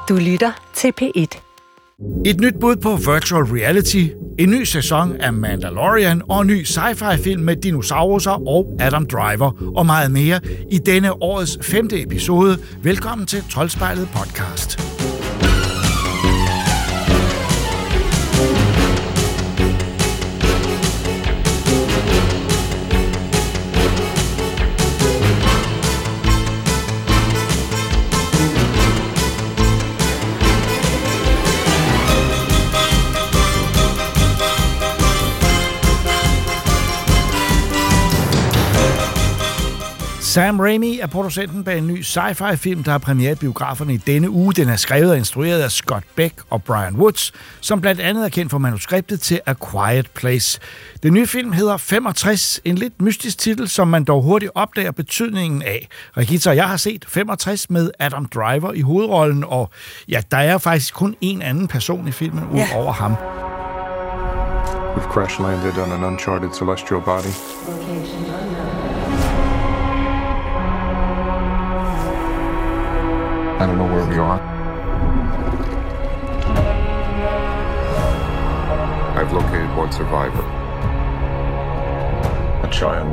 Du lytter til P1. Et nyt bud på virtual reality, en ny sæson af Mandalorian og en ny sci-fi-film med dinosaurer og Adam Driver og meget mere i denne årets 5. episode. Velkommen til Troldspejlet podcast. Sam Raimi er producenten bag en ny sci-fi-film, der har premiere i biograferne i denne uge. Den er skrevet og instrueret af Scott Beck og Brian Woods, som blandt andet er kendt for manuskriptet til A Quiet Place. Den nye film hedder 65, en lidt mystisk titel, som man dog hurtigt opdager betydningen af. Regitza og jeg har set 65 med Adam Driver i hovedrollen, og ja, der er faktisk kun en anden person i filmen ud over ham. We've crash landed on an uncharted celestial body. I don't know where we are. I've located one survivor. A child.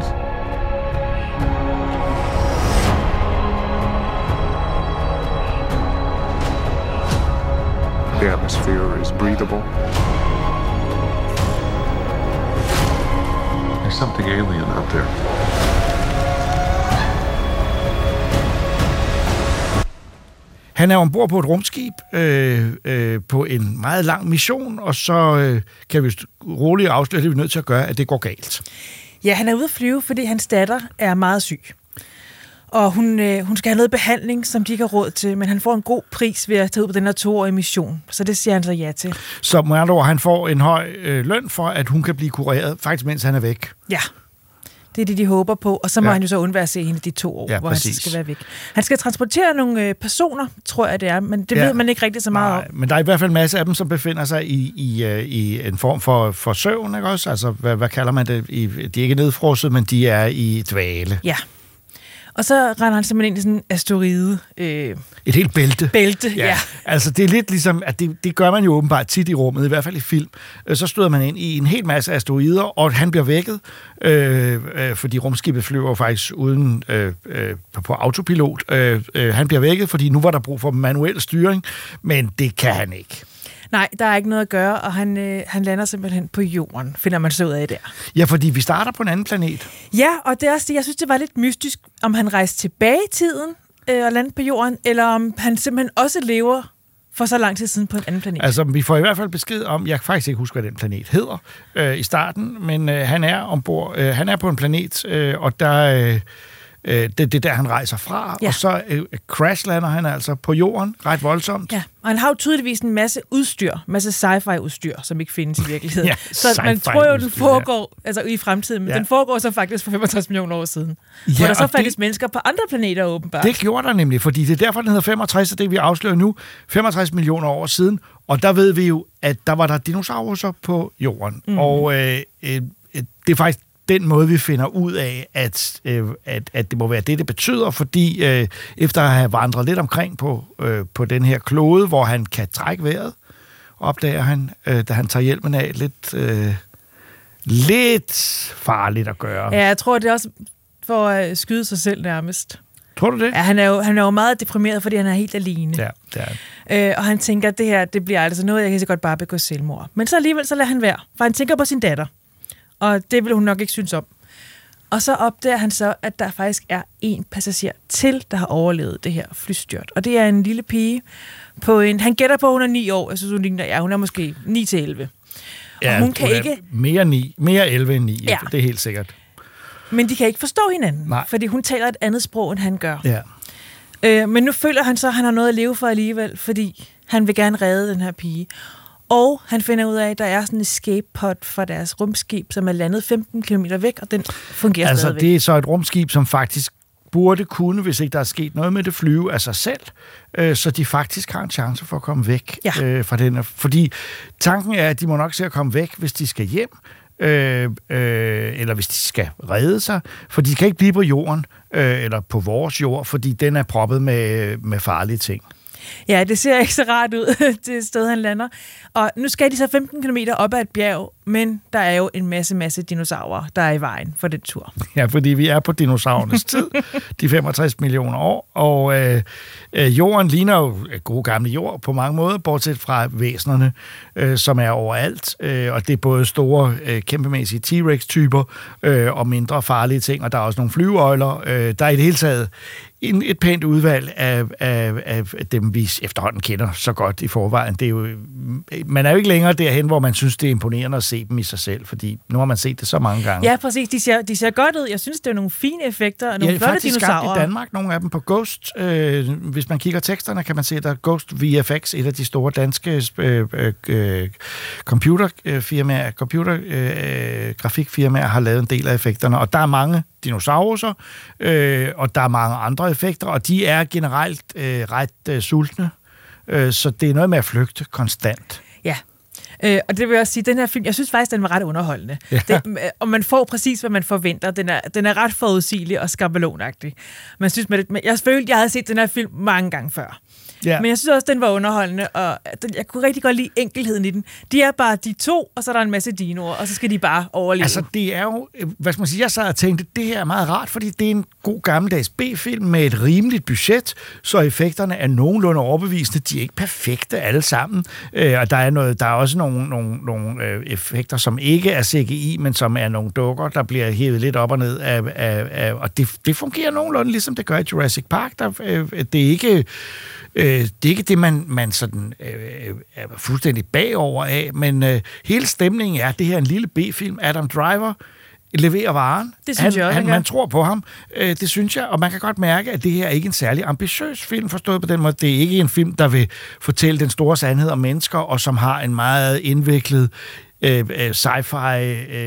The atmosphere is breathable. There's something alien out there. Han er ombord på et rumskib på en meget lang mission, og så kan vi roligt afsløre, at vi er nødt til at gøre, at det går galt. Ja, han er ude at flyve, fordi hans datter er meget syg. Og hun skal have noget behandling, som de ikke har råd til, men han får en god pris ved at tage ud på den her 2-årige mission. Så det siger han så ja til. Så med andre ord, han får en høj løn for, at hun kan blive kureret, faktisk mens han er væk. Ja. Det er det, de håber på, og så må han jo så undvære at se hende de 2 år, hvor præcis. han skal være væk. Han skal transportere nogle personer, tror jeg det er, men det ved man ikke rigtig så meget om. Men der er i hvert fald en masse af dem, som befinder sig i en form for søvn, ikke også? Altså, hvad kalder man det? De er ikke nedfrosset, men de er i dvale. Ja. Og så render han simpelthen ind i sådan en asteroide. Et helt bælte. Ja. Altså, det er lidt ligesom, at det gør man jo åbenbart tit i rummet, i hvert fald i film. Så støder man ind i en hel masse asteroider, og han bliver vækket, fordi rumskibet flyver faktisk uden på autopilot. Han bliver vækket, fordi nu var der brug for manuel styring, men det kan han ikke. Nej, der er ikke noget at gøre, og han lander simpelthen på jorden, finder man så ud af der. Ja, fordi vi starter på en anden planet. Ja, og det er også det, jeg synes, det var lidt mystisk, om han rejste tilbage i tiden og landede på jorden, eller om han simpelthen også lever for så lang tid siden på en anden planet. Altså, vi får i hvert fald besked om, jeg kan faktisk ikke huske, hvad den planet hedder i starten, men han er ombord, han er på en planet, og der... Det er der, han rejser fra, og så crashlander han altså på jorden ret voldsomt. Ja, og han har jo tydeligvis en masse masse sci-fi-udstyr, som ikke findes i virkeligheden. Så man tror jo, den foregår altså i fremtiden, men den foregår så faktisk for 65 millioner år siden. Hvor der så faktisk mennesker på andre planeter åbenbart. Det gjorde der nemlig, fordi det er derfor, den hedder 65, og det vi afslører nu, 65 millioner år siden, og der ved vi jo, at der var der dinosaurer på jorden. Og det er faktisk den måde, vi finder ud af, at det må være det betyder, fordi efter at have vandret lidt omkring på den her klode, hvor han kan trække vejret, opdager han, da han tager hjelmen af, lidt farligt at gøre. Ja, jeg tror, det er også for at skyde sig selv nærmest. Tror du det? Ja, han er jo meget deprimeret, fordi han er helt alene. Ja, det er. Og han tænker, at det her, det bliver altså noget, jeg kan så godt bare begå selvmord. Men så alligevel, så lader han være, for han tænker på sin datter. Og det vil hun nok ikke synes om. Og så opdager han så, at der faktisk er en passager til, der har overlevet det her flystyrt. Og det er en lille pige på han gætter på, at hun er 9 år. Jeg synes, hun er måske 9-11. Ja, og hun kan ikke... Mere 11 end 9, det er helt sikkert. Men de kan ikke forstå hinanden, fordi hun taler et andet sprog, end han gør. Ja. Men nu føler han så, at han har noget at leve for alligevel, fordi han vil gerne redde den her pige. Og han finder ud af, at der er sådan en escape pod fra deres rumskib, som er landet 15 km væk, og den fungerer stadigvæk. Det er så et rumskib, som faktisk burde kunne, hvis ikke der er sket noget med det, flyve af sig selv, så de faktisk har en chance for at komme væk fra den. Fordi tanken er, at de må nok se at komme væk, hvis de skal hjem, eller hvis de skal redde sig, for de kan ikke blive på jorden, eller på vores jord, fordi den er proppet med farlige ting. Ja, det ser ikke så rart ud, det sted, han lander. Og nu skal de så 15 km op ad et bjerg, men der er jo en masse dinosaurer, der er i vejen for den tur. Ja, fordi vi er på dinosaurernes tid, de 65 millioner år, og jorden ligner jo gode gamle jord på mange måder, bortset fra væsenerne, som er overalt, og det er både store, kæmpemæssige T-Rex-typer og mindre farlige ting, og der er også nogle flyveøgler. Der er i det hele taget et pænt udvalg af dem, vi efterhånden kender så godt i forvejen. Det er jo, man er jo ikke længere derhen, hvor man synes, det er imponerende at se dem i sig selv, fordi nu har man set det så mange gange. Ja, præcis. De ser godt ud. Jeg synes, det er nogle fine effekter og nogle flotte dinosaurer. Ja, faktisk skabt i Danmark, nogle af dem på Ghost. Hvis man kigger teksterne, kan man se, at der er Ghost VFX, et af de store danske computergrafikfirmaer, har lavet en del af effekterne, og der er mange dinosaurer, og der er mange andre effekter, og de er generelt ret sultne, så det er noget med at flygte konstant. Ja, og det vil jeg også sige, den her film, jeg synes faktisk, den var ret underholdende. Ja. Og man får præcis, hvad man forventer. Den er ret forudsigelig og skabelonagtig. Man synes, jeg følte, jeg havde set den her film mange gange før. Ja. Men jeg synes også, den var underholdende, og jeg kunne rigtig godt lide enkelheden i den. De er bare de to, og så er der en masse dinoer, og så skal de bare overleve. Altså, det er jo, hvad skal man sige, jeg sad og tænkte, det her er meget rart, fordi det er en god gammeldags B-film med et rimeligt budget, så effekterne er nogenlunde overbevisende. De er ikke perfekte alle sammen, og der er også nogle effekter, som ikke er CGI, men som er nogle dukker, der bliver hævet lidt op og ned af og det fungerer nogenlunde, ligesom det gør i Jurassic Park. Det er ikke det, man sådan er fuldstændig bagover af, men hele stemningen er, at det her er en lille B-film. Adam Driver leverer varen. Det synes jeg også, man tror på ham. Det synes jeg, og man kan godt mærke, at det her er ikke en særlig ambitiøs film, forstået på den måde. Det er ikke en film, der vil fortælle den store sandhed om mennesker, og som har en meget indviklet sci-fi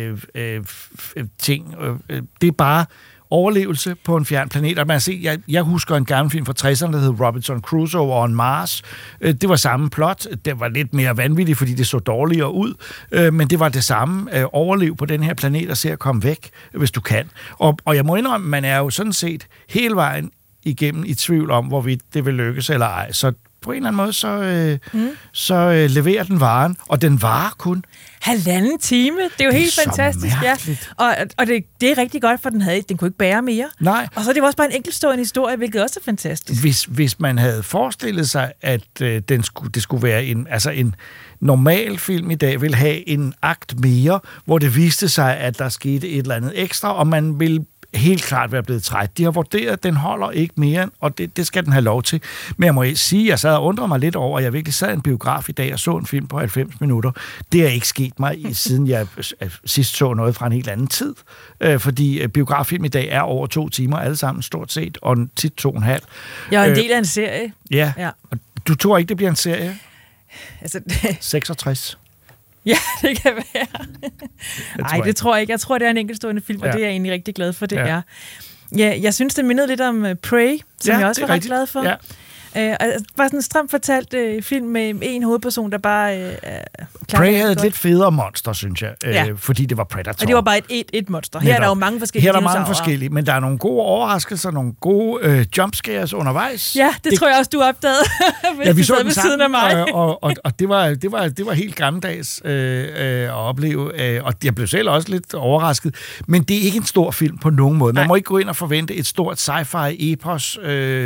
ting. Det er bare overlevelse på en fjern planet. Og man ser, jeg husker en gammel film fra 60'erne, der hed Robinson Crusoe on Mars. Det var samme plot. Det var lidt mere vanvittigt, fordi det så dårligere ud. Men det var det samme. Overlev på den her planet og se at komme væk, hvis du kan. Og jeg må indrømme, man er jo sådan set hele vejen igennem i tvivl om, hvorvidt det vil lykkes eller ej. Så på en eller anden måde, så leverer den varen, og den varer kun 1,5 time. Det er jo helt fantastisk. Ja. Og det er rigtig godt, for den kunne ikke bære mere. Nej. Og så er det også bare en enkeltstående historie, hvilket også er fantastisk. Hvis man havde forestillet sig, at det skulle være en normal film i dag, ville have en akt mere, hvor det viste sig, at der skete et eller andet ekstra, og man ville helt klart være blevet træt. De har vurderet, at den holder ikke mere, og det skal den have lov til. Men jeg må sige, at jeg sad og undrede mig lidt over, at jeg virkelig sad i en biograf i dag og så en film på 90 minutter. Det er ikke sket mig, siden jeg sidst så noget fra en helt anden tid. Fordi biograffilm i dag er over 2 timer, alle sammen stort set, og tit 2,5. Ja, en del af en serie. Ja. Og du tror ikke, det bliver en serie? Altså, 66. Ja, det kan være. Nej, det tror jeg ikke. Jeg tror, det er en enkeltstående film, og det er jeg egentlig rigtig glad for, det er. Ja, jeg synes, det mindede lidt om Prey, som jeg også var ret glad for. Ja. Bare sådan en stramt fortalt film med en hovedperson, der bare Prey havde et lidt federe monster, synes jeg, fordi det var Predator. Og det var bare et monster. Her er der jo mange forskellige dinosaurer. Her er der mange forskellige, men der er nogle gode overraskelser, nogle gode jumpscares undervejs. Ja, det tror jeg også, du opdagede, hvis vi så den ved siden af mig. Og det var helt gammeldags at opleve, og jeg blev selv også lidt overrasket. Men det er ikke en stor film på nogen måde. Man må ikke gå ind og forvente et stort sci-fi-epos,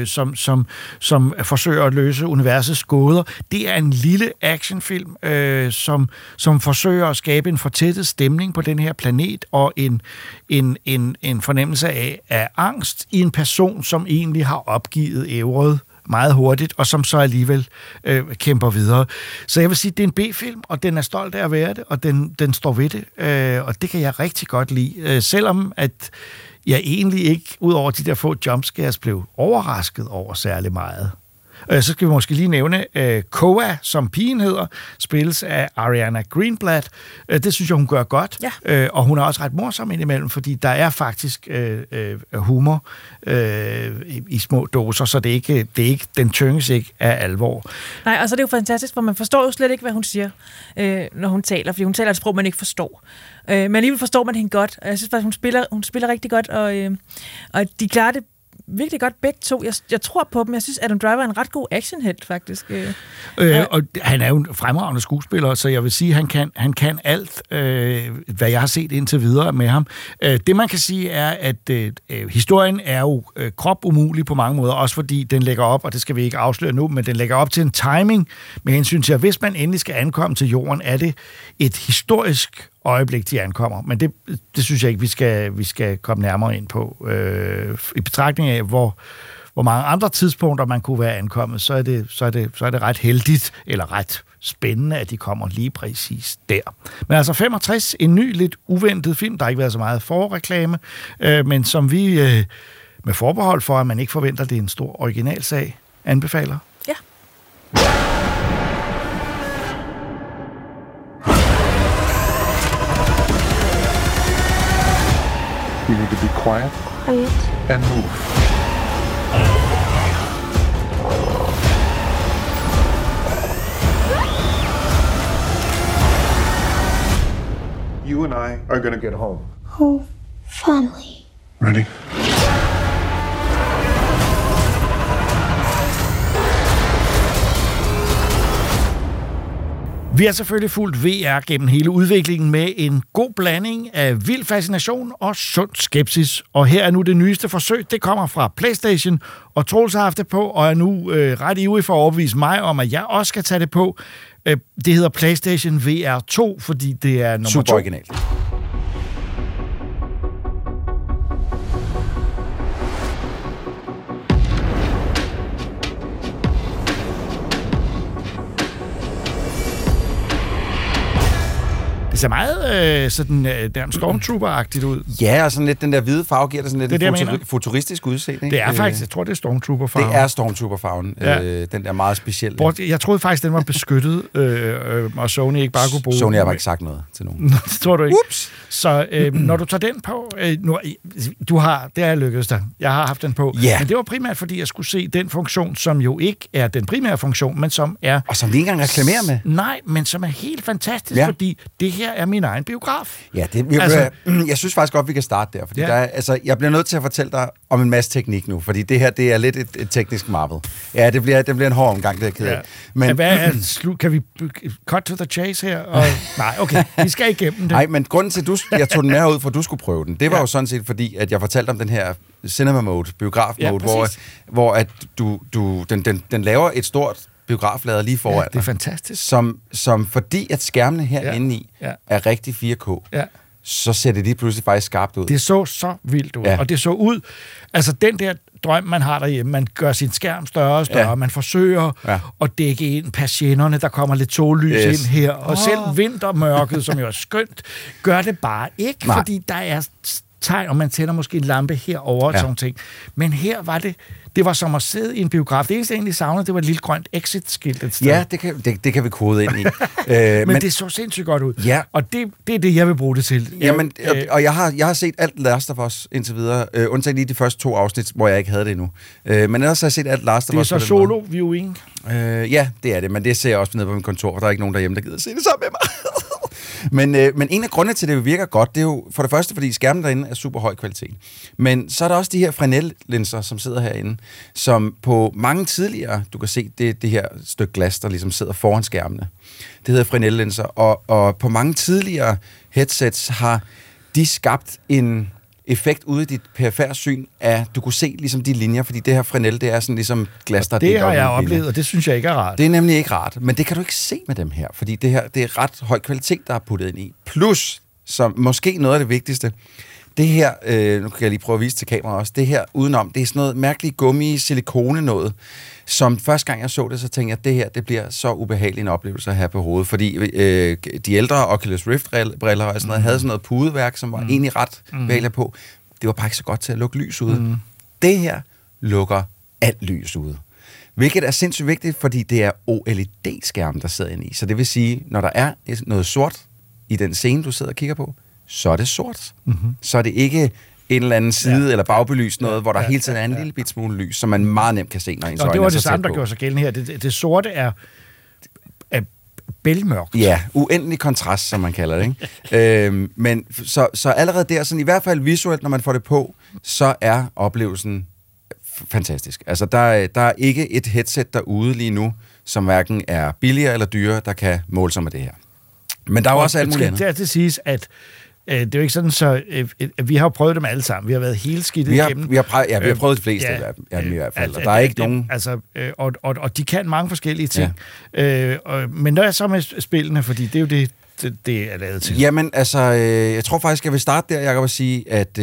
som forsøger at løse universets gåder. Det er en lille actionfilm, som forsøger at skabe en fortættet stemning på den her planet, og en fornemmelse af angst i en person, som egentlig har opgivet ævret meget hurtigt, og som så alligevel kæmper videre. Så jeg vil sige, det er en B-film, og den er stolt af at være det, og den står ved det, og det kan jeg rigtig godt lide. Selvom at jeg egentlig ikke, ud over de der få jumpscares, blev overrasket over særlig meget. Så skal vi måske lige nævne Koa, som pigen hedder, spilles af Ariana Greenblatt. Det synes jeg, hun gør godt. Ja. Og hun er også ret morsom indimellem, fordi der er faktisk humor i små doser, så det er ikke, den tynges ikke af alvor. Nej, og så er det jo fantastisk, for man forstår jo slet ikke, hvad hun siger, når hun taler, fordi hun taler et sprog, man ikke forstår. Men alligevel forstår man hende godt, og jeg synes faktisk, hun spiller rigtig godt, og de klarer det virkelig godt begge to. Jeg tror på dem. Jeg synes, Adam Driver er en ret god actionhelt, faktisk. Og han er jo en fremragende skuespiller, så jeg vil sige, at han kan alt, hvad jeg har set indtil videre med ham. Det, man kan sige, er, at historien er jo kropumulig på mange måder, også fordi den lægger op, og det skal vi ikke afsløre nu, men den lægger op til en timing med hensyn til, at hvis man endelig skal ankomme til jorden, er det et historisk øjeblik, de ankommer. Men det synes jeg ikke, vi skal komme nærmere ind på. I betragtning af, hvor mange andre tidspunkter man kunne være ankommet, så er det ret heldigt, eller ret spændende, at de kommer lige præcis der. Men altså 65, en ny, lidt uventet film. Der har ikke været så meget forreklame, men som vi med forbehold for, at man ikke forventer, det er en stor originalsag, anbefaler. Ja. You need to be quiet and move. You and I are gonna get home. Home. Finally. Ready? Vi har selvfølgelig fulgt VR gennem hele udviklingen med en god blanding af vild fascination og sund skepsis. Og her er nu det nyeste forsøg. Det kommer fra PlayStation, og Troels har haft det på, og er nu ret ivrig for at overbevise mig om, at jeg også skal tage det på. Det hedder PlayStation VR 2, fordi det er nummer 2. Super originalt. Det ser meget sådan der Stormtrooper-agtigt ud. Ja, og sådan lidt den der hvide farve giver det sådan lidt det, futuristisk udseende. Det er faktisk, jeg tror, det er Stormtrooper-farven. Det er Stormtrooper-farven, den der meget specielle. Jeg troede faktisk, den var beskyttet, og Sony ikke bare kunne bruge. Sony har bare ikke sagt noget til nogen. Det tror du ikke. Ups! Så når du tager den på, det er lykkedes dig. Jeg har haft den på. Yeah. Men det var primært, fordi jeg skulle se den funktion, som jo ikke er den primære funktion, men som er... Og som vi ikke engang reklamerer med. Nej, men som er helt fantastisk, fordi det her er min egen biograf. Ja, jeg synes faktisk godt, vi kan starte der, fordi jeg bliver nødt til at fortælle dig om en masse teknik nu, fordi det her, det er lidt et teknisk marvel. Ja, det bliver en hård omgang, det er ked af. Men hvad er kan vi cut to the chase her? Nej, okay, vi skal igennem det. Nej, men grunden til, at jeg tog den med ud, for at du skulle prøve den, det var jo sådan set fordi, at jeg fortalte om den her cinema mode, biograf mode, hvor at den laver et stort biograflader lige foran. Ja, det er fantastisk. Som fordi at skærmene herinde i er rigtig 4K, så ser det lige pludselig faktisk skarpt ud. Det så vildt ud, og det så ud, altså den der drøm, man har derhjemme, man gør sin skærm større og større, man forsøger at dække ind patienterne, der kommer lidt sollys ind her, og selv vintermørket, som jo er skønt, gør det bare ikke, fordi der er tegn, og man tænder måske en lampe herover og sådan ting. Men her var det var som at sidde i en biograf. Det eneste, jeg egentlig savnede, det var et lille grønt exit-skilt et sted. Ja, det kan vi kode ind i. men det så sindssygt godt ud. Ja. Og det er det, jeg vil bruge det til. Jamen, og jeg har set alt Last of Us indtil videre. Undtagen lige de første 2 afsnit, hvor jeg ikke havde det endnu. Men ellers har jeg set alt Last of Us. Det er så solo-viewing? Ja, det er det. Men det ser jeg også nede på mit kontor. Der er ikke nogen derhjemme, der gider se det sammen med mig. Men en af grundene til, at det virker godt, det er jo for det første, fordi skærmen derinde er super høj kvalitet. Men så er der også de her Fresnel-linser, som sidder herinde, som på mange tidligere, du kan se, det her stykke glas, der ligesom sidder foran skærmene. Det hedder Fresnel-linser, og på mange tidligere headsets har de skabt en effekt ude i dit perifære syn af, du kunne se ligesom de linjer, fordi det her Fresnel, det er sådan ligesom glas, der det har jeg oplevet, og det synes jeg ikke er rart. Det er nemlig ikke rart, men det kan du ikke se med dem her, fordi det her, det er ret høj kvalitet, der er puttet ind i. Plus, som måske noget af det vigtigste, det her, nu kan jeg lige prøve at vise til kameraet også, det her udenom, det er sådan noget mærkeligt gummi, silikone noget, som første gang jeg så det, så tænkte jeg, at det her, det bliver så ubehagelig en oplevelse at have på hovedet, fordi de ældre Oculus Rift-briller og sådan noget, havde sådan noget pudeværk, som var egentlig ret behageligt på. Det var bare ikke så godt til at lukke lys ude. Det her lukker alt lys ude. Hvilket er sindssygt vigtigt, fordi det er OLED-skærm, der sidder inde i. Så det vil sige, når der er noget sort i den scene, du sidder og kigger på, så er det sort. Så er det ikke en eller anden side eller bagbelys noget, hvor der hele tiden er en lille bit smule lys, som man meget nemt kan se, når ens øjne er så tæt på. Det var det samme, der gjorde sig gældende her. Det sorte er bælmørkt. Ja, uendelig kontrast, som man kalder det. Ikke? Men så allerede der, sådan, i hvert fald visuelt, når man får det på, så er oplevelsen fantastisk. Altså, der er ikke et headset derude lige nu, som hverken er billigere eller dyrere, der kan måle sig med det her. Men der er jo også alt muligt andet. Det er til at sige, at det er jo ikke sådan, så vi har jo prøvet dem alle sammen. Vi har været helt skidtet igennem. Vi har prøvet de fleste af dem i hvert fald. Og der er ikke nogen... Altså, og de kan mange forskellige ting. Ja. Men der er så med spillene, fordi det er jo det er lavet til. Jamen, altså, jeg tror faktisk, jeg vil starte der, Jacob, og sige, at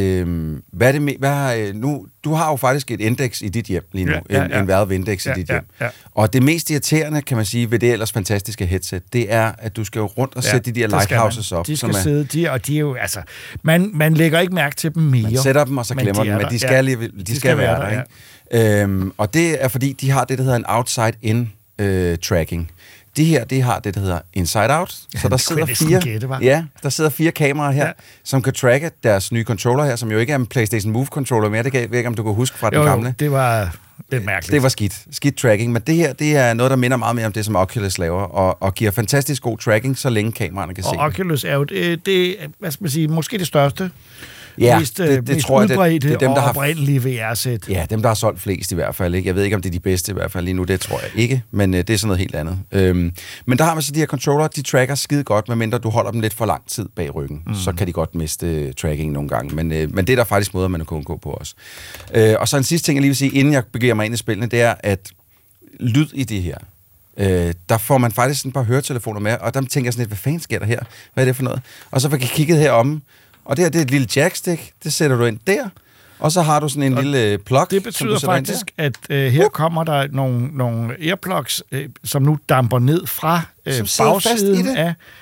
du har jo faktisk et indeks i dit hjem lige nu. En Valve-indeks i dit hjem. Ja. Og det mest irriterende, kan man sige, ved det ellers fantastiske headset, det er, at du skal jo rundt og sætte de der lighthouses op. De skal sidde, og de er jo, altså, man lægger ikke mærke til dem mere. Man sætter dem, og så glemmer dem, men de skal være der, ikke? Og det er, fordi de har det, der hedder en outside-in tracking. De her, det har det, der hedder inside out. Så der sidder der sidder 4 kameraer her, som kan tracke deres nye controller her, som jo ikke er en PlayStation Move controller mere. Det kan jeg ikke, om du kan huske fra den gamle. Det var lidt mærkeligt. Det var skidt tracking, men det her, det er noget, der minder meget mere om det, som Oculus laver, og giver fantastisk god tracking, så længe kameraerne kan se det. Og Oculus er jo det, hvad skal man sige, måske det største. Ja, mest tror jeg, udbredte det er dem, der har oprindelige VR-sæt. Ja, dem, der har solgt flest i hvert fald. Ikke? Jeg ved ikke, om det er de bedste i hvert fald lige nu, det tror jeg ikke, men det er sådan noget helt andet. Men der har man så de her controller, de tracker skide godt, medmindre du holder dem lidt for lang tid bag ryggen. Så kan de godt miste tracking nogle gange, men det er der faktisk måder, man kan undgå på os. Og så en sidste ting, jeg lige vil sige, inden jeg begiver mig ind i spillene, det er, at lyd i det her, der får man faktisk sådan et par høretelefoner med, og der tænker jeg sådan lidt, hvad fanden sker der her? Hvad er det for noget? Og så får jeg kigget heromme, og det her, det er et lille jackstick, det sætter du ind der, og så har du sådan en lille plug. Det betyder faktisk, at her kommer der nogle earplugs, som nu damper ned fra bagsiden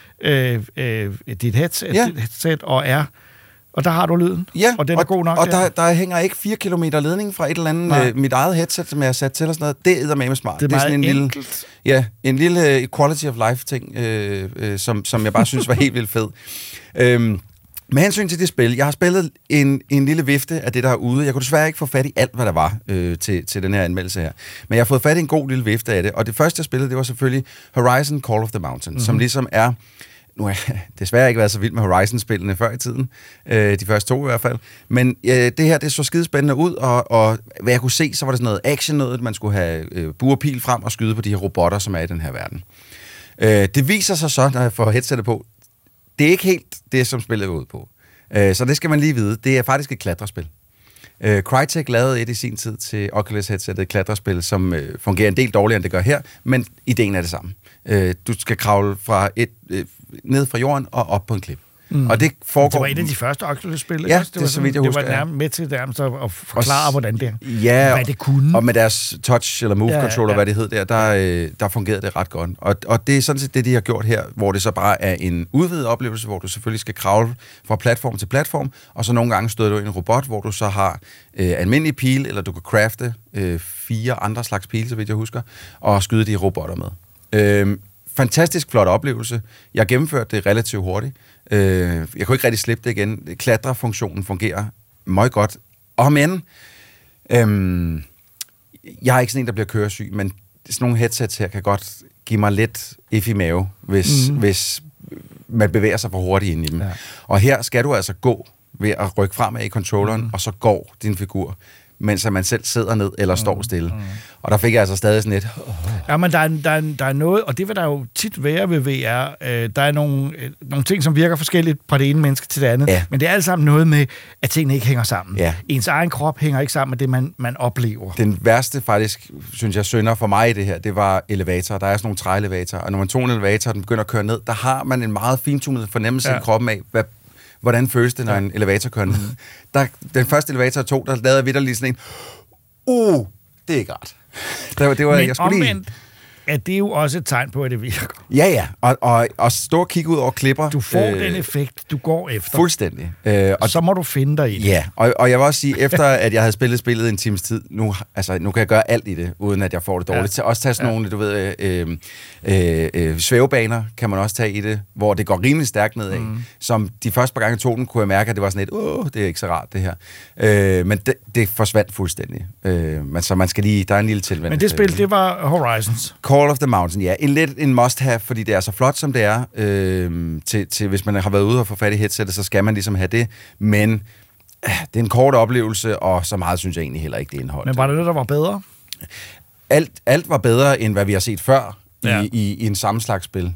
af dit headset, og der har du lyden, og den er god nok. Og der hænger ikke 4 kilometer ledning fra et eller andet, mit eget headset, som jeg har sat til og sådan noget. Det er eddermame smart. Det er sådan en lille quality of life ting, som jeg bare synes var helt vildt fed. Med hensyn til det spil, jeg har spillet en lille vifte af det, der er ude. Jeg kunne desværre ikke få fat i alt, hvad der var til den her anmeldelse her. Men jeg har fået fat i en god lille vifte af det. Og det første, jeg spillede, det var selvfølgelig Horizon Call of the Mountain, som ligesom er... Nu har jeg desværre ikke været så vild med Horizon-spillene før i tiden. De første 2 i hvert fald. Men det her, det så skidespændende ud, og hvad jeg kunne se, så var det sådan noget action noget, man skulle have buerpil frem og skyde på de her robotter, som er i den her verden. Det viser sig så, når jeg får headsetet på, det er ikke helt det, som spillet er ud på. Så det skal man lige vide. Det er faktisk et klatrespil. Crytek lavede et i sin tid til Oculus headsetet, et klatrespil, som fungerer en del dårligere, end det gør her, men ideen er det samme. Du skal kravle fra ned fra jorden og op på en klip. Og det foregår... Det var et af de første Oculus-spil. Ja, det var så vidt jeg husker. Det var nærmest med til nærmest at forklare, hvordan det hvad det kunne. Og med deres touch eller move controller, hvad det hed der fungerede det ret godt. Og det er sådan set det, de har gjort her, hvor det så bare er en udvidet oplevelse, hvor du selvfølgelig skal kravle fra platform til platform, og så nogle gange støder du en robot, hvor du så har almindelig pil, eller du kan crafte 4 andre slags pile, så vidt jeg husker, og skyde de robotter med. Fantastisk flot oplevelse. Jeg gennemførte det relativt hurtigt. Jeg kunne ikke rigtig slippe det igen. Klatrefunktionen fungerer meget godt. Men jeg er ikke sådan en, der bliver køresyg, men sådan nogle headsets her kan godt give mig lidt if i mave, hvis man bevæger sig for hurtigt ind i dem. Ja. Og her skal du altså gå ved at rykke fremad i controlleren, og så går din figur, mens man selv sidder ned eller står stille. Og der fik jeg altså stadig sådan lidt... Ja, men der er noget, og det vil der jo tit være ved VR. Der er nogle ting, som virker forskelligt fra det ene menneske til det andet. Men det er alt sammen noget med, at tingene ikke hænger sammen. Ens egen krop hænger ikke sammen med det, man oplever. Den værste faktisk, synes jeg, synder for mig i det her, det var elevatorer. Der er sådan nogle træelevatorer, og når man tog en elevator, og den begynder at køre ned, der har man en meget fintunet fornemmelse i kroppen af, hvordan føles det, når en elevator kører ned. Den første elevator jeg tog, der lavede jeg vitterligt sådan en, det er ikke rart. Det var, men jeg skulle omvendt, at det er jo også et tegn på, at det virker. Ja, og stå og kigge ud over klipper. Du får den effekt, du går efter. Fuldstændig. Og så må du finde dig i det. Ja, og jeg vil også sige, efter at jeg havde spillet spillet en times tid, nu kan jeg gøre alt i det, uden at jeg får det dårligt. Også tage sådan nogle, du ved, svævebaner kan man også tage i det, hvor det går rimelig stærkt nedad. Som de første par gange jeg tog den, kunne jeg mærke, at det var sådan et, det er ikke så rart det her. Men det forsvandt fuldstændig. Så man skal lige, der er en lille tilvænning. Men det spil, det var Horizons. Call of the Mountain, ja. En must-have, fordi det er så flot, som det er. Til hvis man har været ude og få fat i headsetet, så skal man ligesom have det. Men det er en kort oplevelse, og så meget synes jeg egentlig heller ikke, det indhold. Men var det noget, der var bedre? Alt var bedre, end hvad vi har set før Ja. i en samme slags spil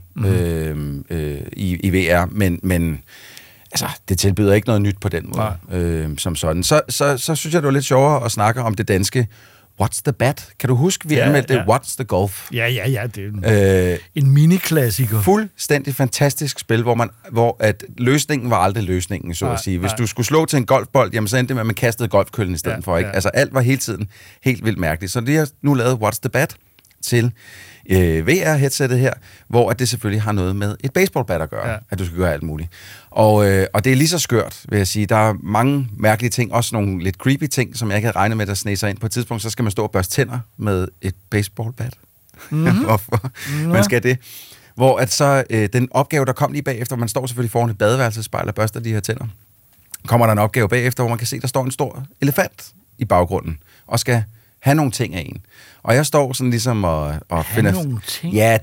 i VR, men altså, det tilbyder ikke noget nyt på den måde, som sådan. Så synes jeg, det var lidt sjovere at snakke om det danske What's the Bet? Kan du huske, vi anmeldte What's the Golf? Ja, det er en mini-klassiker. Fuldstændig fantastisk spil, hvor at løsningen var aldrig løsningen, så at sige. Hvis du skulle slå til en golfbold, jamen så endte det med, at man kastede golfkøllen i stedet for. Ikke? Altså alt var hele tiden helt vildt mærkeligt. Så de har nu lavet What's the Bet til VR-headsettet her, hvor at det selvfølgelig har noget med et baseballbat at gøre, at du skal gøre alt muligt. Og det er lige så skørt, vil jeg sige. Der er mange mærkelige ting, også nogle lidt creepy ting, som jeg ikke havde regnet med, der sneger sig ind. På et tidspunkt, så skal man stå og børste tænder med et baseballbat. Hvorfor man skal det? Hvor at så den opgave, der kom lige bagefter, man står selvfølgelig foran et badeværelsespejl og børster de her tænder, kommer der en opgave bagefter, hvor man kan se, der står en stor elefant i baggrunden, og skal have nogle ting af en. Og jeg står sådan ligesom og finder... nogle ting? Ja,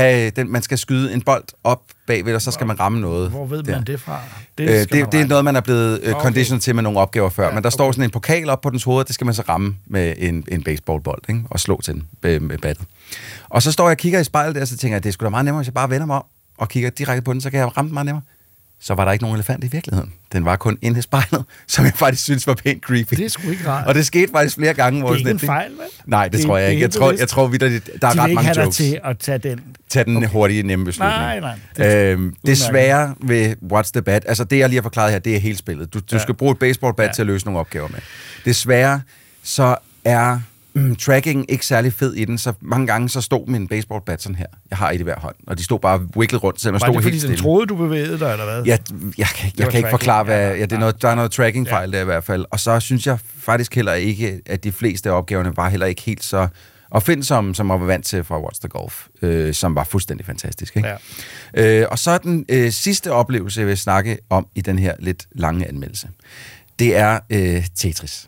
man skal skyde en bold op bagved, og så skal man ramme noget. Hvor ved man det fra? Det er noget, man er blevet conditioned til med nogle opgaver før, men der står sådan en pokal op på dens hoved, og det skal man så ramme med en baseballbold, ikke? Og slå til den med battet. Og så står jeg og kigger i spejlet der, og så tænker jeg, det er sgu da meget nemmere, hvis jeg bare vender mig om og kigger direkte på den, så kan jeg ramme den meget nemmere. Så var der ikke nogen elefant i virkeligheden. Den var kun inde i spejlet, som jeg faktisk synes var pænt creepy. Det er sgu ikke rart. Og det skete faktisk flere gange. Det er ikke en fejl, vel? Nej, det tror jeg ikke. Jeg tror vitterligt, der er ret mange jokes. De vil ikke have dig til at tage den. Hurtige, nemme beslutning. Nej. Desværre ved What's the Bet, altså det, jeg lige har forklaret her, det er hele spillet. Du skal bruge et baseballbat til at løse nogle opgaver med. Desværre, så er tracking ikke særlig fed i den, så mange gange så stod min baseballbat sådan her. Jeg har et i hver hånd, og de stod bare wigglet rundt, selvom jeg stod helt stille. Var det fordi, den troede, du bevægede dig, eller hvad? Jeg kan ikke forklare, hvad... Ja, der er noget tracking-fejl der i hvert fald. Og så synes jeg faktisk heller ikke, at de fleste af opgaverne var heller ikke helt så opfindsomme, som jeg var vant til fra What's the Golf, som var fuldstændig fantastisk. Ikke? Ja. Og så den sidste oplevelse, jeg vil snakke om i den her lidt lange anmeldelse. Det er Tetris.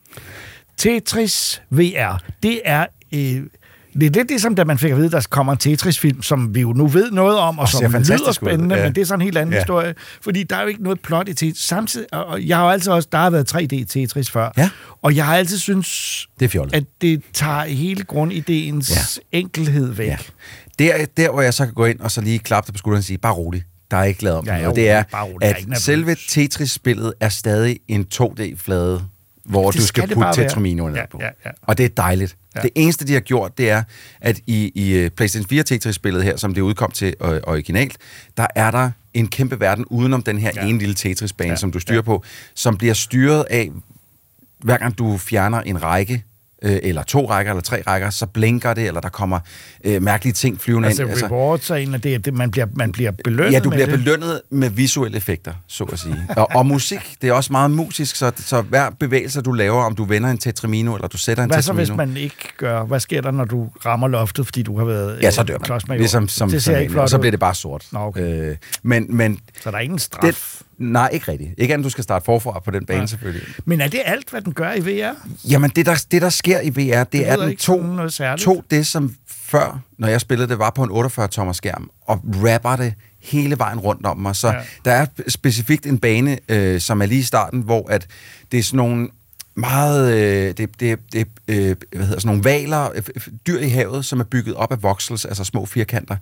Tetris VR, det er lidt ligesom, da man fik at vide, der kommer en Tetris-film, som vi jo nu ved noget om, og som lyder spændende, men det er sådan en helt anden historie, fordi der er jo ikke noget plot i Tetris. Samtidig, og jeg har jo altid også, der har været 3D-Tetris før, og jeg har altid synes, at det tager hele grundidéens enkelhed væk. Ja. Der, hvor jeg så kan gå ind og så lige klappe på skulderen og sige, bare rolig, der er ikke lavet om noget. Og det er, at selve Tetris-spillet er stadig en 2D-flade, hvor du skal putte tetraminoen på. Og det er dejligt. Ja. Det eneste, de har gjort, det er, at i PlayStation 4 Tetris-spillet her, som det udkom til originalt, der er der en kæmpe verden udenom den her ene lille Tetris-bane, som du styrer på, som bliver styret af, hver gang du fjerner en række, eller 2 rækker, eller 3 rækker, så blinker det, eller der kommer mærkelige ting flyvende ind. Altså rewards er en af det, man bliver belønnet. Ja, du bliver belønnet med visuelle effekter, så at sige. og musik, det er også meget musisk, så hver bevægelse, du laver, om du vender en tetramino, eller du sætter en tetramino. Hvad så, hvis man ikke gør? Hvad sker der, når du rammer loftet, fordi du har været... Ja, så dør man. Ligesom og så bliver det bare sort. Nå, okay. Men så der er ingen straf? Nej, ikke rigtigt. Ikke andet, du skal starte forfra på den bane, selvfølgelig. Men er det alt, hvad den gør i VR? Jamen, det der sker i VR, det er den to det, som før, når jeg spillede det, var på en 48-tommer skærm, og rapper det hele vejen rundt om mig. Så der er specifikt en bane, som er lige i starten, hvor at det er sådan nogle meget... sådan nogle hvaler, dyr i havet, som er bygget op af voxels, altså små firkanter,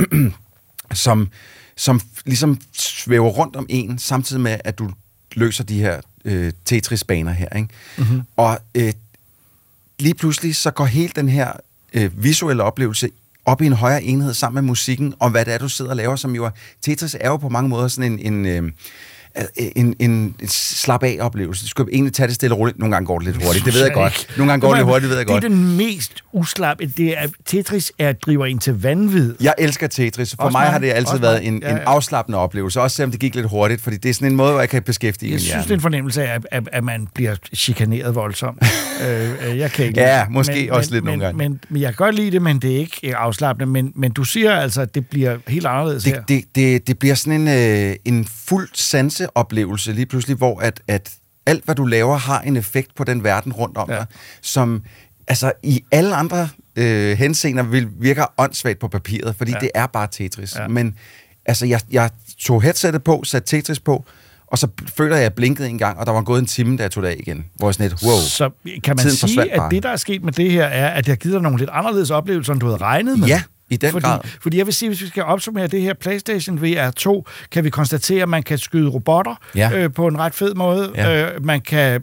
som ligesom svæver rundt om en, samtidig med, at du løser de her Tetris-baner her. Ikke? Mm-hmm. Og lige pludselig, så går hele den her visuelle oplevelse op i en højere enhed sammen med musikken, om hvad det er, du sidder og laver, som jo er... Tetris er jo på mange måder sådan en slap-af-oplevelse. Du skal egentlig tage det stille og roligt. Nogle gange går det lidt hurtigt, det ved jeg godt. Nogle gange går det lidt hurtigt, det ved jeg godt. Det er den mest Tetris driver ind til vanvid. Jeg elsker Tetris. For mig har det altid været en afslappende oplevelse, også selvom det gik lidt hurtigt, fordi det er sådan en måde, hvor jeg kan beskæftige min hjerne. Jeg synes, det er en fornemmelse af, at man bliver chikaneret voldsomt. Jeg kan ikke måske også lidt nogle gange. Men jeg kan godt lide det, men det er ikke afslappende. Men du siger altså, at det bliver helt anderledes her. Det bliver sådan en fuld sanseoplevelse lige pludselig, hvor at alt, hvad du laver, har en effekt på den verden rundt om dig, som altså i alle andre henseender virker åndssvagt på papiret, fordi det er bare Tetris. Ja. Men altså, jeg tog headsettet på, satte Tetris på, og så føler jeg, at jeg blinkede en gang, og der var gået en time, da jeg tog det af igen. Hvor jeg sådan lidt, wow. Så kan man sige, at det, der er sket med det her, er, at jeg giver dig nogle lidt anderledes oplevelser, end du havde regnet med? Ja, i den grad. Fordi jeg vil sige, hvis vi skal opsummere det her PlayStation VR 2, kan vi konstatere, at man kan skyde robotter på en ret fed måde. Ja. Man kan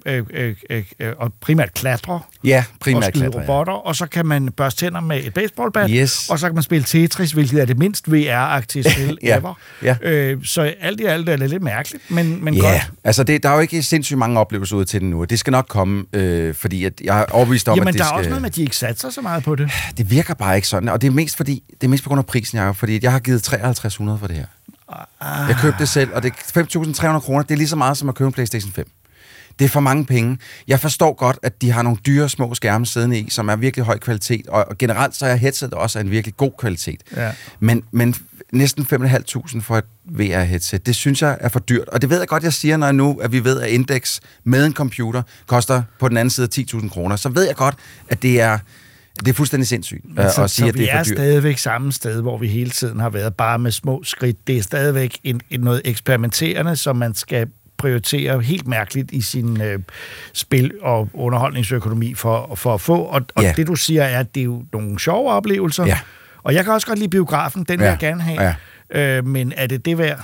og primært klatre. Ja, primært og skyde klatre, robotter, og så kan man børste tænder med et baseballbat, yes. og så kan man spille Tetris, hvilket er det mindst VR-agtige spil ever. Ja. Så alt i alt er det lidt mærkeligt, men godt. Altså der er jo ikke sindssygt mange oplevelser ud til den nu, det skal nok komme, fordi at jeg er overbevist om, at det der er også noget med, at de ikke satser så meget på det. Det virker bare ikke sådan, og det er mest på grund af prisen, Jacob, fordi jeg har givet 5300 for det her. Jeg købte det selv, og det er 5.300 kroner, det er lige så meget som at købe en PlayStation 5. Det er for mange penge. Jeg forstår godt, at de har nogle dyre små skærme siddende i, som er virkelig høj kvalitet, og generelt så er headset også af en virkelig god kvalitet. Ja. Men næsten 5.500 for et VR-headset, det synes jeg er for dyrt. Og det ved jeg godt, jeg siger, når nu, at vi ved, at Index med en computer koster på den anden side 10.000 kroner. Så ved jeg godt, at det er fuldstændig sindssygt at sige, at det er for dyrt. Så vi er stadigvæk samme sted, hvor vi hele tiden har været, bare med små skridt. Det er stadigvæk noget eksperimenterende, som man skal prioritere helt mærkeligt i sin spil- og underholdningsøkonomi for at få. Og det, du siger, er, at det er jo nogle sjove oplevelser. Ja. Og jeg kan også godt lide biografen, den vil jeg gerne have. Ja. Men er det værd?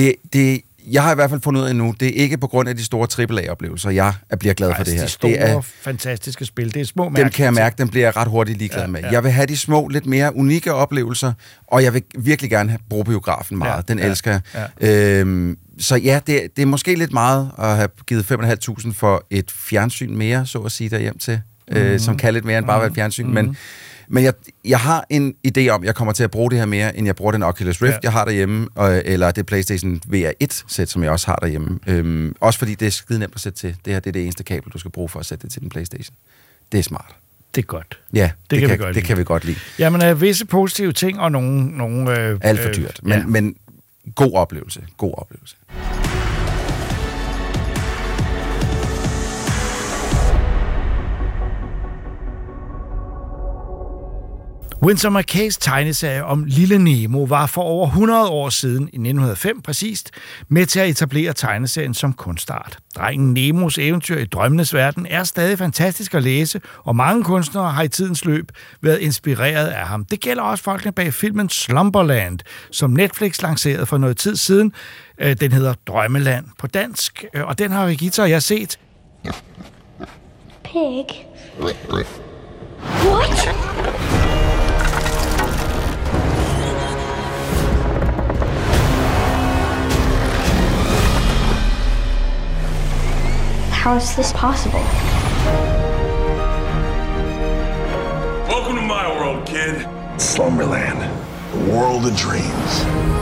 Jeg har i hvert fald fundet ud af nu, det er ikke på grund af de store AAA-oplevelser, jeg bliver glad for det her. De store, fantastiske spil, det er små mærkelige. Dem kan jeg mærke, dem bliver jeg ret hurtigt ligeglad med. Jeg vil have de små, lidt mere unikke oplevelser, og jeg vil virkelig gerne bruge biografen meget. Den elsker jeg. Ja. Så ja, det er måske lidt meget at have givet 5.500 for et fjernsyn mere, så at sige, derhjem til, som kan lidt mere end bare være et fjernsyn, men jeg har en idé om, at jeg kommer til at bruge det her mere, end jeg bruger den Oculus Rift, jeg har derhjemme, eller det PlayStation VR 1-sæt, som jeg også har derhjemme. Også fordi det er skide nemt at sætte til. Det her det er det eneste kabel, du skal bruge for at sætte det til den PlayStation. Det er smart. Det er godt. Ja, det kan vi godt lide. Jamen, visse positive ting, og nogle alt for dyrt, men god oplevelse. God oplevelse. Winsor McCays tegneserie om Lille Nemo var for over 100 år siden, i 1905 præcist, med til at etablere tegneserien som kunstart. Drengen Nemos eventyr i drømmenes verden er stadig fantastisk at læse, og mange kunstnere har i tidens løb været inspireret af ham. Det gælder også folkene bag filmen Slumberland, som Netflix lancerede for noget tid siden. Den hedder Drømmeland på dansk, og den har Regita og jeg set. Pig? What? How is this possible? Welcome to my world, kid. Slumberland, a world of dreams.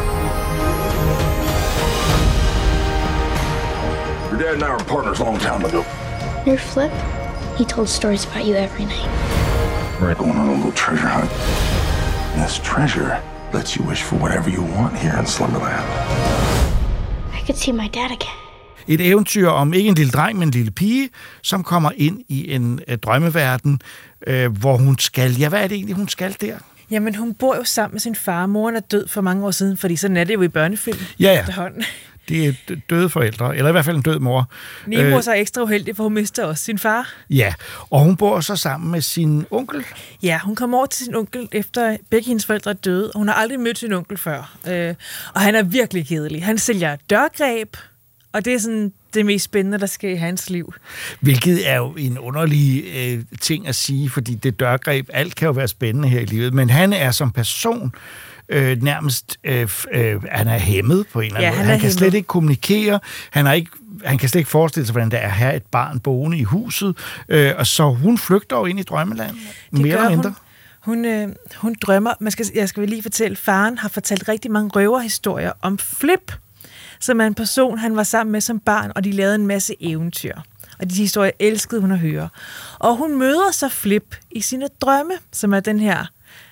Your dad and I were partners a long time ago. Your Flip? He told stories about you every night. We're going on a little treasure hunt. And this treasure lets you wish for whatever you want here in Slumberland. I could see my dad again. Et eventyr om ikke en lille dreng, men en lille pige, som kommer ind i en drømmeverden, hvor hun skal... Ja, hvad er det egentlig, hun skal der? Jamen, hun bor jo sammen med sin far. Moren er død for mange år siden, fordi sådan er det jo i børnefilm. Ja. Det er døde forældre, eller i hvert fald en død mor. Nemo er så ekstra uheldig, for hun mister også sin far. Ja, og hun bor så sammen med sin onkel. Ja, hun kommer over til sin onkel, efter begge hendes forældre er døde, og hun har aldrig mødt sin onkel før. Og han er virkelig kedelig. Han sælger dørgreb, og det er sådan det mest spændende, der sker i hans liv. Hvilket er jo en underlig ting at sige, fordi det dørgreb, alt kan jo være spændende her i livet, men han er som person nærmest, han er hæmmet på en eller anden måde. Han kan slet ikke kommunikere, han kan slet ikke forestille sig, hvordan det er at have et barn boende i huset, og så hun flygter jo ind i drømmeland, mere eller mindre. Hun drømmer, jeg skal lige fortælle, faren har fortalt rigtig mange røverhistorier om Flip, som er en person, han var sammen med som barn, og de lavede en masse eventyr. Og de historier elskede hun at høre. Og hun møder så Flip i sine drømme, som er den her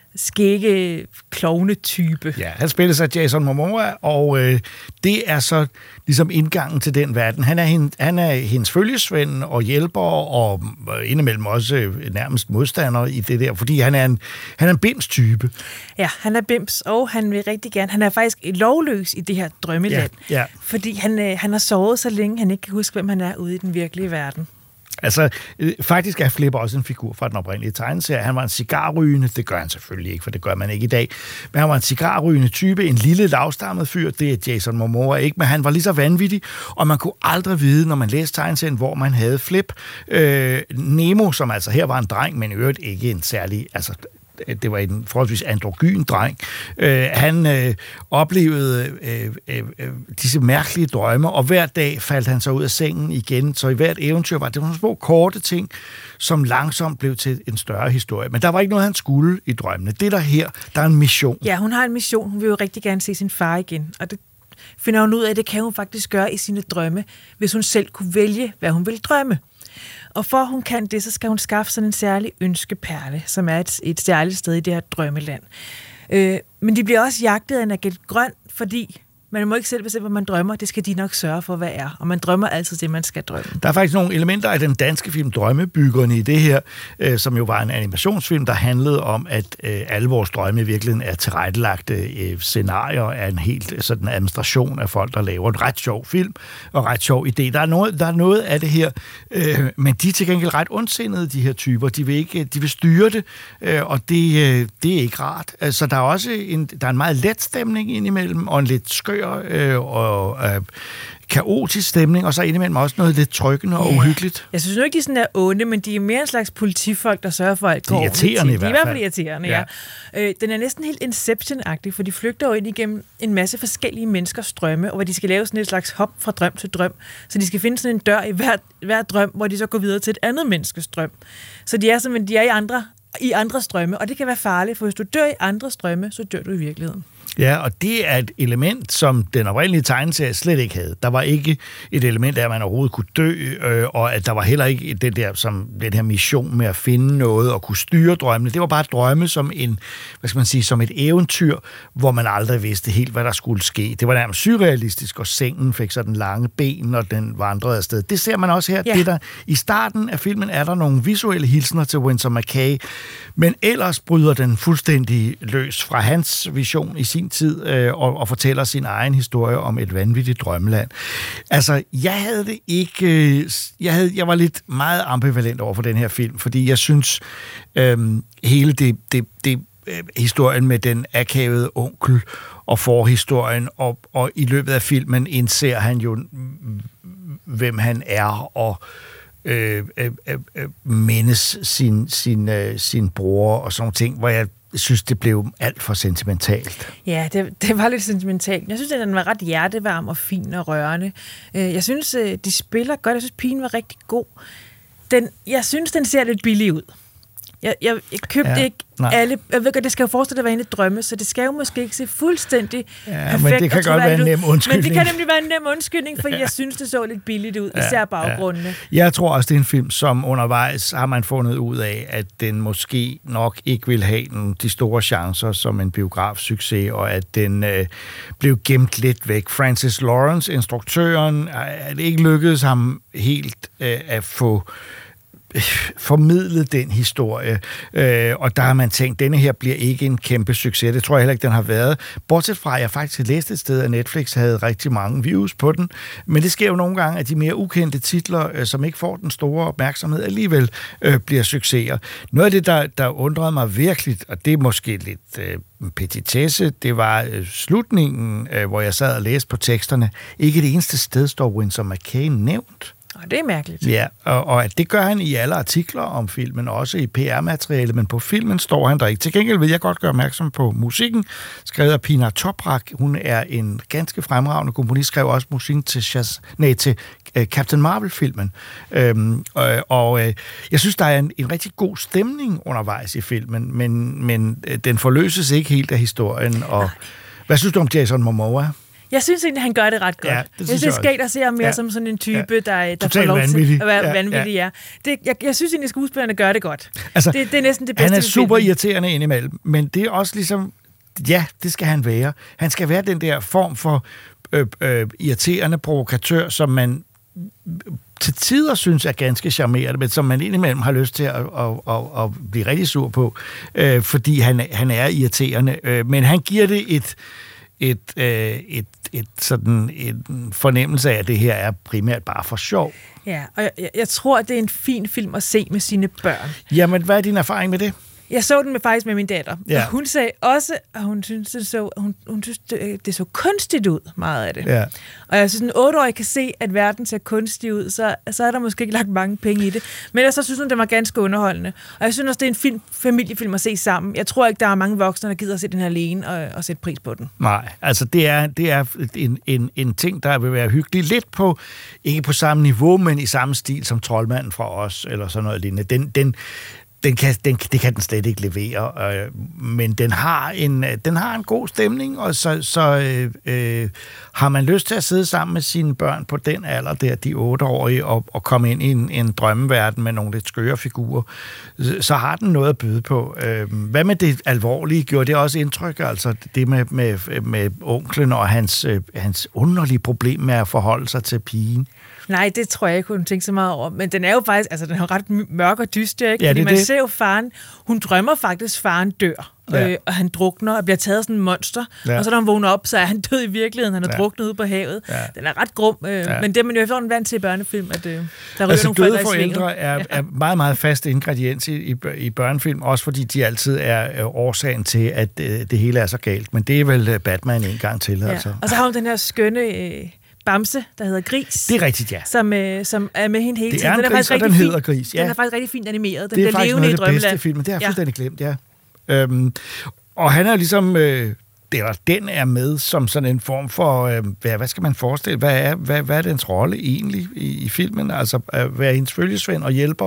skægge klovne-type. Ja, han spiller sig Jason Momoa, og det er så ligesom indgangen til den verden. Han er hendes følgesvend og hjælper, og indimellem også nærmest modstander i det der, fordi han er en bims-type. Ja, han er bims, og han vil rigtig gerne. Han er faktisk lovløs i det her drømmeland, fordi han har sovet så længe, han ikke kan huske, hvem han er ude i den virkelige verden. Altså, faktisk er Flip også en figur fra den oprindelige tegneserie. Han var en cigarrygende, det gør han selvfølgelig ikke, for det gør man ikke i dag, men han var en cigarrygende type, en lille lavstammet fyr, det er Jason Momoa ikke, men han var lige så vanvittig, og man kunne aldrig vide, når man læste tegneserien, hvor man havde Flip. Nemo, som altså her var en dreng, men i øvrigt ikke en særlig, altså det var en forholdsvis androgyn dreng. Han oplevede disse mærkelige drømme, og hver dag faldt han så ud af sengen igen, så i hvert eventyr var det nogle små korte ting, som langsomt blev til en større historie. Men der var ikke noget, han skulle i drømmene. Det der er en mission. Ja, hun har en mission. Hun vil jo rigtig gerne se sin far igen, og det finder hun ud af, at det kan hun faktisk gøre i sine drømme, hvis hun selv kunne vælge, hvad hun vil drømme. Og for hun kan det, så skal hun skaffe sådan en særlig ønskeperle, som er et særligt sted i det her drømmeland. Men de bliver også jagtet af en agent grøn, fordi man må ikke selv bestemme, hvad man drømmer. Det skal de nok sørge for, hvad er. Og man drømmer altid det, man skal drømme. Der er faktisk nogle elementer af den danske film Drømmebyggerne i det her, som jo var en animationsfilm, der handlede om, at alle vores drømme i virkeligheden er tilrettelagte scenarier af en helt sådan administration af folk, der laver en ret sjov film og ret sjov idé. Der er noget af det her, men de er til gengæld ret ondsindede, de her typer. De vil styre det, og det er ikke rart. Så der er også en meget let stemning indimellem, og en lidt skør og kaotisk stemning, og så indimellem også noget lidt trykkende og uhyggeligt. Jeg synes nu ikke, de er sådan der onde, men de er mere en slags politifolk, der sørger for, at de er irriterende i hvert fald. De er i hvert fald irriterende, ja. Den er næsten helt Inception-agtig, for de flygter jo ind igennem en masse forskellige menneskers drømme, og hvor de skal lave sådan et slags hop fra drøm til drøm. Så de skal finde sådan en dør i hver drøm, hvor de så går videre til et andet menneskes drøm. Så de er i andres drømme, og det kan være farligt, for hvis du dør i andres drømme, så dør du i virkeligheden. Ja, og det er et element, som den oprindelige tegneserie slet ikke havde. Der var ikke et element af, at man overhovedet kunne dø, og at der var heller ikke den her mission med at finde noget og kunne styre drømmene. Det var bare drømme som som et eventyr, hvor man aldrig vidste helt, hvad der skulle ske. Det var nærmest surrealistisk, og sengen fik sådan lange ben, og den vandrede afsted. Det ser man også her. Ja. Det i starten af filmen er der nogle visuelle hilsner til Winsor McCay, men ellers bryder den fuldstændig løs fra hans vision i sin tid og fortæller sin egen historie om et vanvittigt drømmeland. Altså, jeg var lidt meget ambivalent over for den her film, fordi jeg synes, hele det historien med den akavede onkel og forhistorien, og i løbet af filmen indser han jo, hvem han er, og mindes sin bror og sådan nogle ting, hvor jeg synes, det blev alt for sentimentalt. Ja, det var lidt sentimentalt. Jeg synes, at den var ret hjertevarm og fin og rørende. Jeg synes, de spiller godt. Jeg synes, pigen var rigtig god. Jeg synes, den ser lidt billig ud. Jeg købte ikke alle... Jeg ved godt, det skal jo forestille at være en drømme, så det skal jo måske ikke se fuldstændig perfekt. Men det kan godt være en nem undskyldning. Men det kan nemlig være en nem undskyldning, for jeg synes, det så lidt billigt ud, især baggrundene. Jeg tror også, det er en film, som undervejs har man fundet ud af, at den måske nok ikke vil have de store chancer som en biografsucces, og at den blev gemt lidt væk. Francis Lawrence, instruktøren, er det ikke lykkedes ham helt at få formidlet den historie, og der har man tænkt, denne her bliver ikke en kæmpe succes. Det tror jeg heller ikke, den har været. Bortset fra, at jeg faktisk læste et sted, at Netflix havde rigtig mange views på den, men det sker jo nogle gange, at de mere ukendte titler, som ikke får den store opmærksomhed, alligevel bliver succeser. Noget af det, der undrede mig virkelig, og det er måske lidt petitesse, det var slutningen, hvor jeg sad og læste på teksterne. Ikke det eneste sted står Winsor McCay nævnt. Og det er mærkeligt. Ja, og det gør han i alle artikler om filmen, også i PR-materiale, men på filmen står han der ikke. Til gengæld vil jeg godt gøre opmærksom på musikken, skrevet af Pina Toprak. Hun er en ganske fremragende komponist, skrev også musikken til Captain Marvel-filmen. Jeg synes, der er en rigtig god stemning undervejs i filmen, men den forløses ikke helt af historien. Og hvad synes du om Jason Momoa? Jeg synes egentlig, han gør det ret godt. Ja, jeg synes, det er skægt at se ham mere som sådan en type, der får lov til at være vanvittig. Ja. Jeg synes egentlig, at skuespillerne gør det godt. Altså, det er næsten det bedste. Han er super irriterende indimellem, men det er også ligesom, ja, det skal han være. Han skal være den der form for irriterende provokatør, som man til tider synes er ganske charmerende, men som man indimellem har lyst til at blive rigtig sur på, fordi han er irriterende. Men han giver det et sådan en fornemmelse af, at det her er primært bare for sjov. Ja, og jeg tror, det er en fin film at se med sine børn. Jamen, hvad er din erfaring med det? Jeg så den faktisk med min datter. Ja. Og hun sagde også, at hun synes, det så kunstigt ud, meget af det. Ja. Og jeg synes, en 8-årig kan se, at verden ser kunstig ud, så er der måske ikke lagt mange penge i det. Men jeg så synes hun, det var ganske underholdende. Og jeg synes også, det er en fin familiefilm at se sammen. Jeg tror ikke, der er mange voksne, der gider at se den her alene og sætte pris på den. Nej, altså det er en ting, der vil være hyggelig. Lidt på, ikke på samme niveau, men i samme stil som Troldmanden fra os, eller sådan noget lignende. Det kan den slet ikke levere, men den har en god stemning, og så har man lyst til at sidde sammen med sine børn på den alder der, de 8-årige, og komme ind i en drømmeverden med nogle lidt skøre figurer, så har den noget at byde på. Hvad med det alvorlige? Gjorde det også indtryk? Altså det med onklen og hans underlige problem med at forholde sig til pigen? Nej, det tror jeg ikke, hun tænkte så meget over. Men den er jo faktisk, altså den er jo ret mørk og dyster, ikke? Ja, fordi man ser jo faren, hun drømmer faktisk, faren dør, og han drukner og bliver taget sådan en monster, og så når han vågner op, så er han død i virkeligheden, han er druknet ude på havet. Ja. Den er ret grum, men det er man jo efterhånden vant til i børnefilm, at der ryger altså, nogle forældre i forældre er meget, meget fast ingrediens i børnefilm, også fordi de altid er årsagen til, at det hele er så galt. Men det er vel Batman en gang til. Ja. Altså. Og så har hun den her skønne bamse, der hedder Gris. Det er rigtigt, ja. Som er med hende hele tiden. Det er en gris, og den hedder Gris. Ja. Den er faktisk rigtig fint animeret. Den det er faktisk noget af det bedste film, det har jeg fuldstændig glemt, ja. Og han er ligesom, den er med som sådan en form for, hvad skal man forestille? Hvad er dens rolle egentlig i filmen? Altså at være hendes følgesvend og hjælper,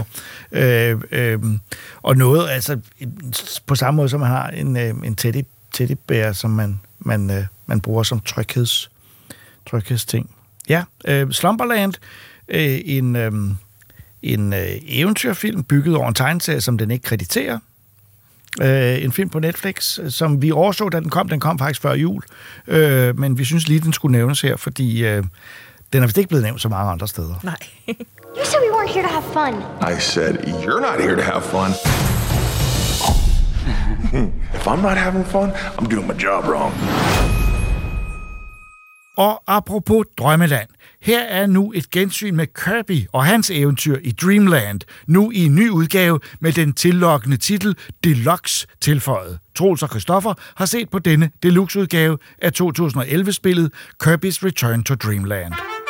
og noget, altså på samme måde som man har en teddybær, som man bruger som tryghedsting. Ja, Slumberland, en eventyrfilm bygget over en tegneserie, som den ikke krediterer. En film på Netflix, som vi overså, da den kom. Den kom faktisk før jul. Men vi synes lige, den skulle nævnes her, fordi den er vist ikke blevet nævnt så mange andre steder. Nej. You said we weren't here to have fun. I said, you're not here to have fun. If I'm not having fun, I'm doing my job wrong. Og apropos Drømmeland, her er nu et gensyn med Kirby og hans eventyr i Dreamland, nu i en ny udgave med den tillokkende titel Deluxe tilføjet. Troels og Christoffer har set på denne deluxe-udgave af 2011-spillet Kirby's Return to Dreamland.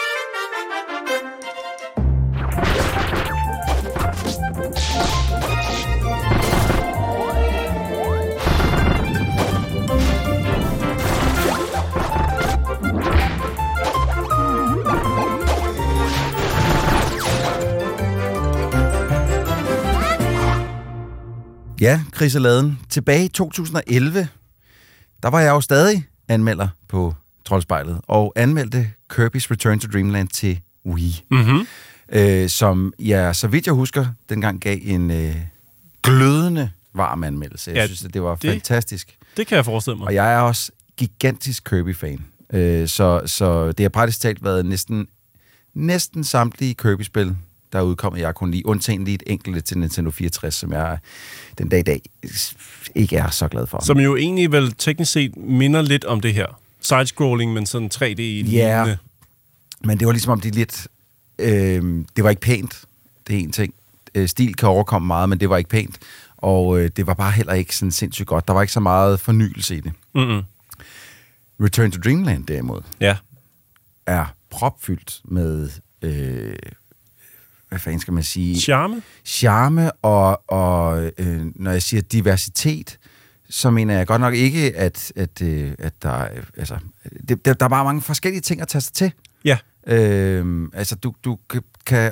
Ja, Chris og Laden. Tilbage i 2011, der var jeg jo stadig anmelder på Troldspejlet, og anmeldte Kirby's Return to Dreamland til Wii. Mm-hmm. Som jeg, så vidt jeg husker, dengang gav en glødende varm anmeldelse. Jeg synes, at det var fantastisk. Det kan jeg forestille mig. Og jeg er også gigantisk Kirby-fan. Så det har praktisk talt været næsten samtlige Kirby-spil, der er udkommet, jeg kun lige, undtagen lige et enkelt til Nintendo 64, som jeg den dag i dag ikke er så glad for. Som jo egentlig vel teknisk set minder lidt om det her. Side-scrolling, men sådan 3D-lignende. Ja, men det var ligesom om de lidt... det var ikke pænt, det er en ting. Stil kan overkomme meget, men det var ikke pænt. Og det var bare heller ikke sådan sindssygt godt. Der var ikke så meget fornyelse i det. Mm-hmm. Return to Dreamland derimod er propfyldt med... hvad fanden skal man sige? Charme, og når jeg siger diversitet, så mener jeg godt nok ikke, at der... Altså, der er bare mange forskellige ting at tage sig til. Ja. Altså, du kan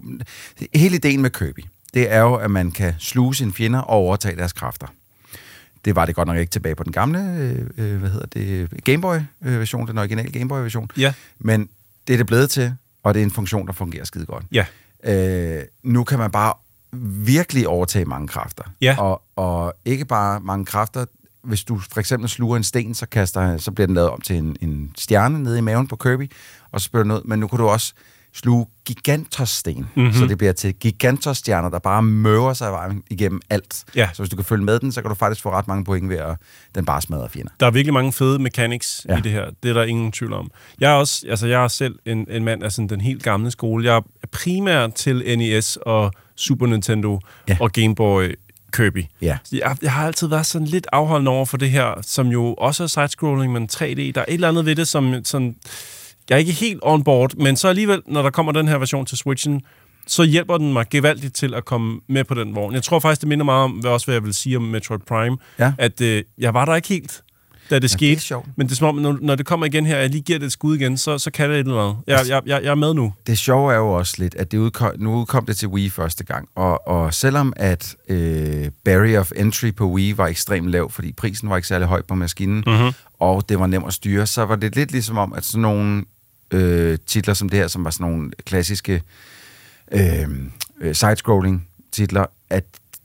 hele ideen med Kirby, det er jo, at man kan sluge sine fjender og overtage deres kræfter. Det var det godt nok ikke tilbage på den gamle, Game Boy-version, den originale Game Boy-version. Ja. Men det er det blevet til, og det er en funktion, der fungerer skide godt. Ja. Nu kan man bare virkelig overtage mange kræfter. Ja. Og ikke bare mange kræfter. Hvis du for eksempel sluger en sten, så bliver den lavet om til en stjerne nede i maven på Kirby, og så spiller den ud. Men nu kan du også sluge Gigantos-sten, så det bliver til Gigantos-stjerner, der bare møver sig igennem alt. Ja. Så hvis du kan følge med den, så kan du faktisk få ret mange point ved, at den bare smadrer fjender. Der er virkelig mange fede mechanics i det her. Det er der ingen tvivl om. Jeg er selv en mand af sådan den helt gamle skole. Jeg er primært til NES og Super Nintendo og Game Boy Kirby. Ja. Jeg har altid været sådan lidt afholdende over for det her, som jo også er side-scrolling, men 3D. Der er et eller andet ved det, som sådan... Jeg er ikke helt on board, men så alligevel, når der kommer den her version til Switchen, så hjælper den mig gevaldigt til at komme med på den vogn. Jeg tror faktisk, det minder meget om, hvad jeg vil sige om Metroid Prime, at jeg var der ikke helt, da det skete. Det er men det er som om, når det kommer igen her, jeg lige giver det et skud igen, så kan det et eller andet. Jeg er med nu. Det sjove er jo også lidt, at nu udkom det til Wii første gang, og selvom at barrier of entry på Wii var ekstremt lav, fordi prisen var ikke særlig høj på maskinen, og det var nemt at styre, så var det lidt ligesom om, at sådan nogle titler som det her, som var sådan nogle klassiske side-scrolling-titler, at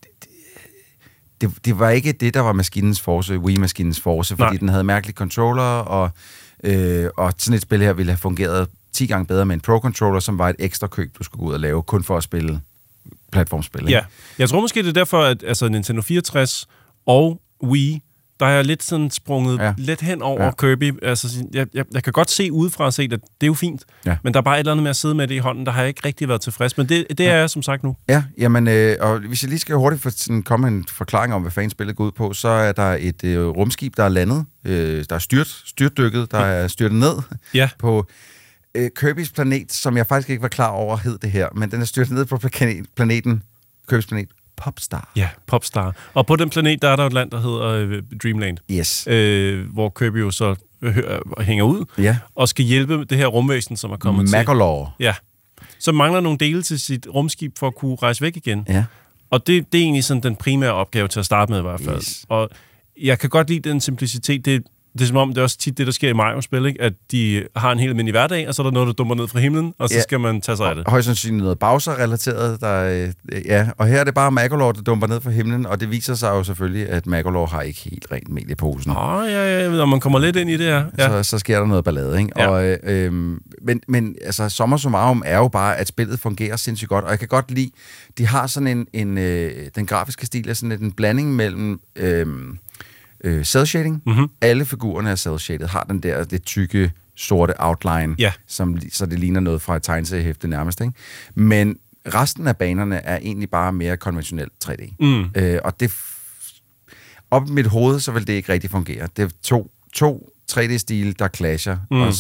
det var ikke det, der var maskinens force, Wii-maskinens force, fordi den havde mærkelige controller, og sådan et spil her ville have fungeret 10 gange bedre med en Pro-controller, som var et ekstra køb, du skulle gå ud og lave, kun for at spille platformspil. Ja, jeg tror måske, det er derfor, at Nintendo 64 og Wii, der er lidt sådan sprunget lidt hen over Kirby. Altså, jeg kan godt se udefra at se, at det er jo fint, men der er bare et eller andet med at sidde med det i hånden, der har jeg ikke rigtig været tilfreds. Men det er jeg som sagt nu. Ja, jamen, og hvis jeg lige skal hurtigt komme en forklaring om, hvad fanden spillet går ud på, så er der et rumskib, der er landet, der er styrtdykket, der er styrtet ned på Kirbys planet, som jeg faktisk ikke var klar over hed det her, men den er styrtet ned på planeten, Kirbys planet, Popstar. Ja, Popstar. Og på den planet, der er der et land, der hedder Dreamland. Yes. Hvor Kirby jo så hænger ud, og skal hjælpe det her rumvæsen, som er kommet Magolor. til. Ja. Så mangler nogle dele til sit rumskib for at kunne rejse væk igen. Ja. Og det er egentlig sådan den primære opgave til at starte med i hvert fald. Yes. Og jeg kan godt lide den simplicitet. Det er som om, det er også tit det, der sker i Mario-spil, ikke? At de har en helt almindelig hverdag, og så er der noget, der dummer ned fra himlen, og så skal man tage sig af det. Højst sandsynligt noget Bowser-relateret. Og her er det bare Magolor, der dumper ned fra himlen, og det viser sig jo selvfølgelig, at Magolor har ikke helt rent mel i posen. Når man kommer lidt ind i det her. Ja. Så sker der noget ballade, ikke? Ja. Og, men altså, summa summarum er jo bare, at spillet fungerer sindssygt godt, og jeg kan godt lide, de har sådan den grafiske stil er sådan en blanding mellem... cel-shading. Alle figurerne er cel-shaded, har den der lidt tykke, sorte outline, så det ligner noget fra et tegneseriehæfte nærmest, ikke? Men resten af banerne er egentlig bare mere konventionelt 3D. Og det... op i mit hoved, så vil det ikke rigtig fungere. Det er to 3D-stil, der clasher, og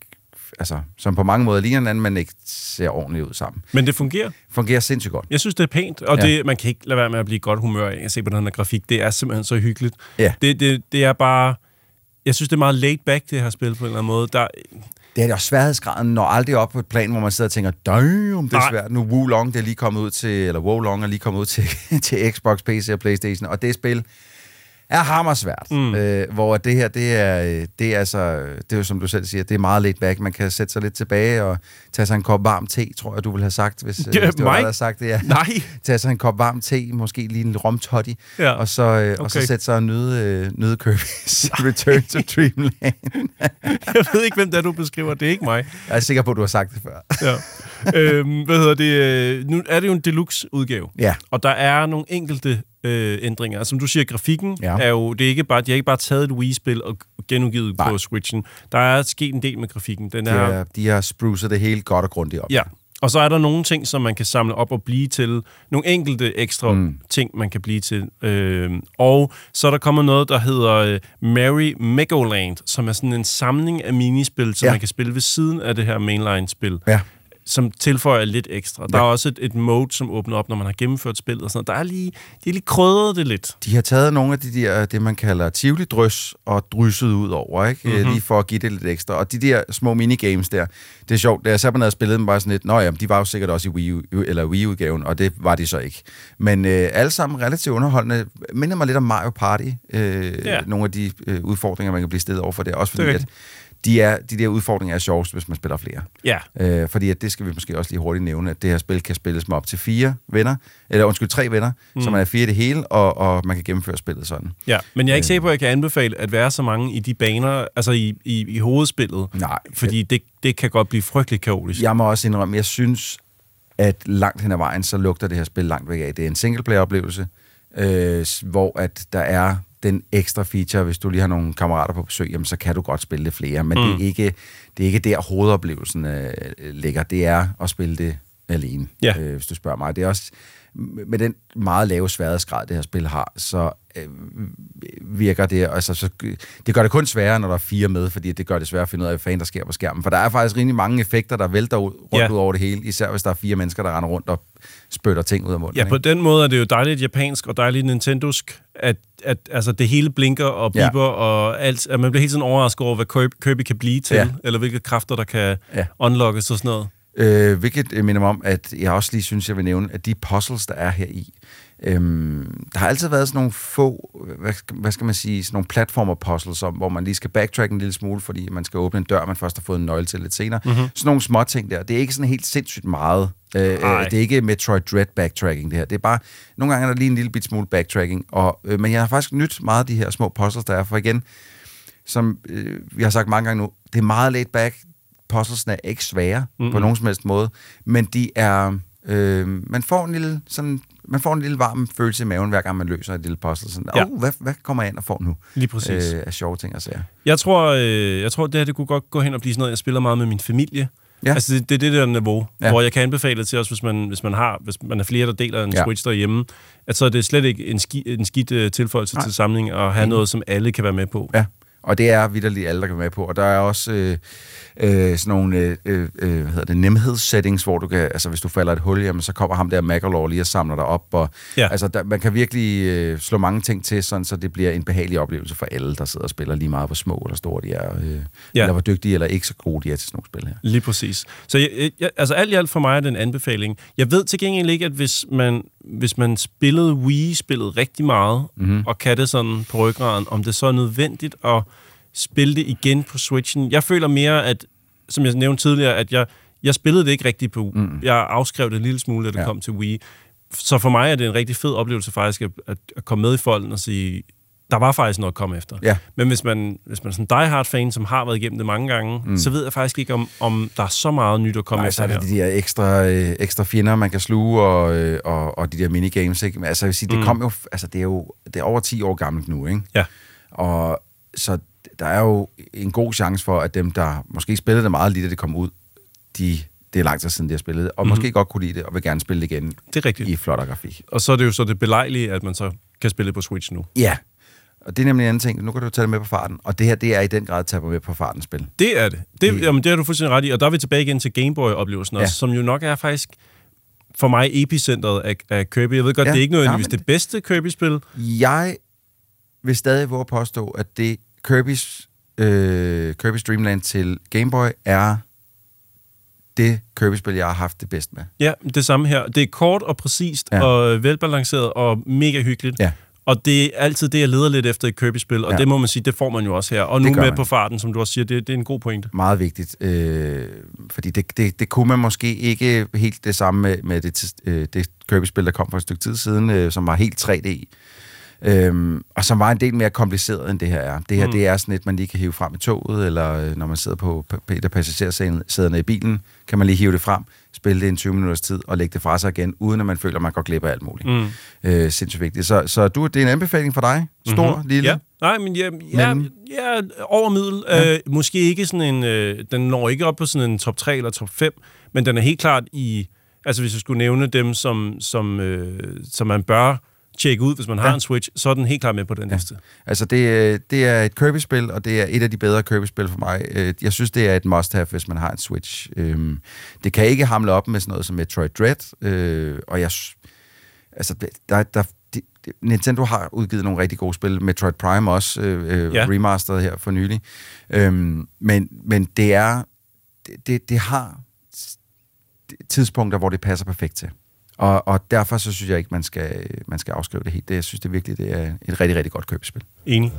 som på mange måder ligner hinanden, men ikke ser ordentligt ud sammen. Men det fungerer? Fungerer sindssygt godt. Jeg synes, det er pænt, og man kan ikke lade være med at blive godt humør af at se på den her grafik. Det er simpelthen så hyggeligt. Ja. Det er bare... Jeg synes, det er meget laid back, det her spil på en eller anden måde. Det er jo sværhedsgraden når aldrig op på et plan, hvor man sidder og tænker, damn, det er svært. Nu Wolong, det er lige kommet ud til, eller Wolong er lige kommet ud til Xbox, PC og PlayStation, og det spil er hammersvært. Hvor det her, det er jo som du selv siger, det er meget laid back. Man kan sætte sig lidt tilbage og tage sig en kop varm te, tror jeg, du ville have sagt, hvis det var dig, der havde sagt det. Ja. Nej. Tage sig en kop varm te, måske lige en romtoddy, og så sætte sig og nyde Kirby's Return to Dreamland. Jeg ved ikke, hvem det er, du beskriver. Det er ikke mig. Jeg er sikker på, at du har sagt det før. Ja. Nu er det jo en deluxe-udgave, og der er nogle enkelte ændringer. Som du siger, grafikken er jo, de har ikke bare taget et Wii-spil og genudgivet på Switchen. Der er sket en del med grafikken. De har sprucet det hele godt og grundigt op. Ja, og så er der nogle ting, som man kan samle op og blive til. Nogle enkelte ekstra ting, man kan blive til. Og så er der kommet noget, der hedder Merry Megoland, som er sådan en samling af minispil, som man kan spille ved siden af det her mainline-spil. Ja. som tilføjer lidt ekstra. Der er også et mode, som åbner op, når man har gennemført spillet og sådan noget. De har lige krydret det lidt. De har taget nogle af de der, det man kalder Tivoli-drys, og drysset ud over, ikke? Lige for at give det lidt ekstra. Og de der små minigames der, det er sjovt. Da jeg så havde spillet dem, bare sådan lidt, de var jo sikkert også i Wii-udgaven, og det var de så ikke. Men alle sammen relativt underholdende. Minder mig lidt om Mario Party. Nogle af de udfordringer, man kan blive stillet over for det. Også fordi, at de der udfordringer er sjovest, hvis man spiller flere. Ja. Fordi at det skal vi måske også lige hurtigt nævne, at det her spil kan spilles med op til 3 venner, så man er 4 i det hele, og man kan gennemføre spillet sådan. Ja, men jeg er ikke sikker på, at jeg kan anbefale at være så mange i de baner, altså i hovedspillet. Nej. Fordi det kan godt blive frygteligt kaotisk. Jeg må også indrømme, jeg synes, at langt hen ad vejen, så lugter det her spil langt væk af. Det er en singleplayer-oplevelse, hvor at der er den ekstra feature, hvis du lige har nogle kammerater på besøg, jamen, så kan du godt spille det flere, men det er ikke der hovedoplevelsen ligger. Det er at spille det alene, hvis du spørger mig. Det er også med den meget lave sværhedsgrad, det her spil har, så virker det, altså så, det gør det kun sværere, når der er 4 med, fordi det gør det sværere at finde ud af, hvad fanden der sker på skærmen. For der er faktisk rimelig mange effekter, der vælter rundt ud over det hele, især hvis der er 4 mennesker, der render rundt og spytter ting ud af munden. Ja, på den måde er det jo dejligt japansk og dejligt nintendosk, at altså det hele blinker og biber og alt, at man bliver helt sådan overrasket over, hvad Kirby kan blive til, eller hvilke kræfter, der kan unlockes og sådan noget. Hvilket minder mig om, at jeg også lige synes, jeg vil nævne, at de puzzles, der er her i, der har altid været sådan nogle få, hvad skal man sige, sådan nogle platformer-puzzles, hvor man lige skal backtrack en lille smule, fordi man skal åbne en dør, man først har fået en nøgle til lidt senere. Sådan nogle små ting der. Det er ikke sådan helt sindssygt meget. Det er ikke Metroid Dread backtracking, det her. Det er bare, nogle gange er der lige en lille bit smule backtracking, men jeg har faktisk nyt meget af de her små puzzles, der er, for igen, som vi har sagt mange gange nu, det er meget laid back. Puzzlesene er ikke svære på nogen som helst måde, men de er man får en lille varm følelse i maven, hver gang man løser et lille puzzle. Sådan, hvad kommer jeg ind og får nu? Lige præcis. Af sjove ting at sige. Jeg tror, det kunne godt gå hen og blive sådan noget, jeg spiller meget med min familie. Ja. Altså, det er det der niveau, hvor jeg kan anbefale det til os, hvis man er flere, der deler en Switch derhjemme, at så er det slet ikke en skidt tilføjelse til samling at have noget, som alle kan være med på. Ja. Og det er vitterligt alle, der kan være med på. Og der er også sådan nogle nemhedssettings, hvor du kan, altså hvis du falder et hul, jamen, så kommer ham der Magalore lige og samler dig op. Og, altså, man kan virkelig slå mange ting til, sådan, så det bliver en behagelig oplevelse for alle, der sidder og spiller lige meget, hvor små eller store de er, eller hvor dygtige eller ikke så gode de er til sådan nogle spil her. Lige præcis. Så altså alt i alt for mig er det en anbefaling. Jeg ved til gengæld ikke, at hvis man spillede Wii-spillet rigtig meget, og kan det sådan på ryggraden, om det så er nødvendigt at spille det igen på Switchen. Jeg føler mere, at, som jeg nævnte tidligere, at jeg spillede det ikke rigtigt på. Jeg afskrev det en lille smule, da det kom til Wii. Så for mig er det en rigtig fed oplevelse faktisk, at komme med i folden og sige, der var faktisk noget at komme efter. Ja. Men hvis man er sådan en die-hard-fan, som har været igennem det mange gange, så ved jeg faktisk ikke, om der er så meget nyt at komme efter. Nej, så er det de der ekstra fjender, man kan sluge, og de der minigames. Ikke? Altså, jeg vil sige, det kom jo, altså, det er over 10 år gammelt nu, ikke? Ja. Og så der er jo en god chance for, at dem, der måske spillede det meget lige, da det kom ud, det er lang tid siden, de har spillet det, og måske godt kunne lide det, og vil gerne spille det igen. Det er rigtigt. I flot grafik. Og så er det jo så det belejlige, at man så kan spille det på Switch nu. Ja, og det er nemlig en anden ting. Nu kan du tage det med på farten, og det her, det er i den grad at tage med på farten spil. Det er det. Jamen, det har du fuldstændig ret i, og der er vi tilbage igen til Game Boy-oplevelsen også, som jo nok er faktisk for mig epicentret af Kirby. Jeg ved godt, det er ikke nødvendigvis det bedste Kirby-spil. Jeg vil stadig våge at påstå, at det Kirby's Dream Land til Game Boy er det Kirby-spil, jeg har haft det bedst med. Ja, det samme her. Det er kort og præcist og velbalanceret og mega hyggeligt. Ja. Og det er altid det, jeg leder lidt efter i Kirby-spil, og det må man sige, det får man jo også her. Og nu med på farten, som du også siger, det er en god pointe. Meget vigtigt, fordi det kunne man måske ikke helt det samme med det Kirby-spil, der kom for et stykke tid siden, som var helt 3D. Og som var en del mere kompliceret, end det her er. Det her, det er sådan et, man lige kan hive frem i toget, eller når man sidder på passagersæderne i bilen, kan man lige hive det frem, spille det en 20 minutters tid, og lægge det fra sig igen, uden at man føler, at man går glip af alt muligt. Sindssygt vigtigt. Så det er en anbefaling for dig? Stor, lille? Ja. Nej, men over middel. Måske ikke sådan en... den når ikke op på sådan en top 3 eller top 5, men den er helt klart i... Altså, hvis jeg skulle nævne dem, som man bør tjekke ud, hvis man har en Switch, så er den helt klart med på den liste. Altså, det er et Kirby-spil, og det er et af de bedre Kirby-spil for mig. Jeg synes, det er et must-have, hvis man har en Switch. Det kan ikke hamle op med sådan noget som Metroid Dread, og Nintendo har udgivet nogle rigtig gode spil. Metroid Prime også, remasteret her for nylig. Men det har tidspunkter, hvor det passer perfekt til. Og derfor så synes jeg ikke, man skal afskrive det helt. Jeg synes det virkelig, det er et rigtig, rigtig godt købespil. Enig.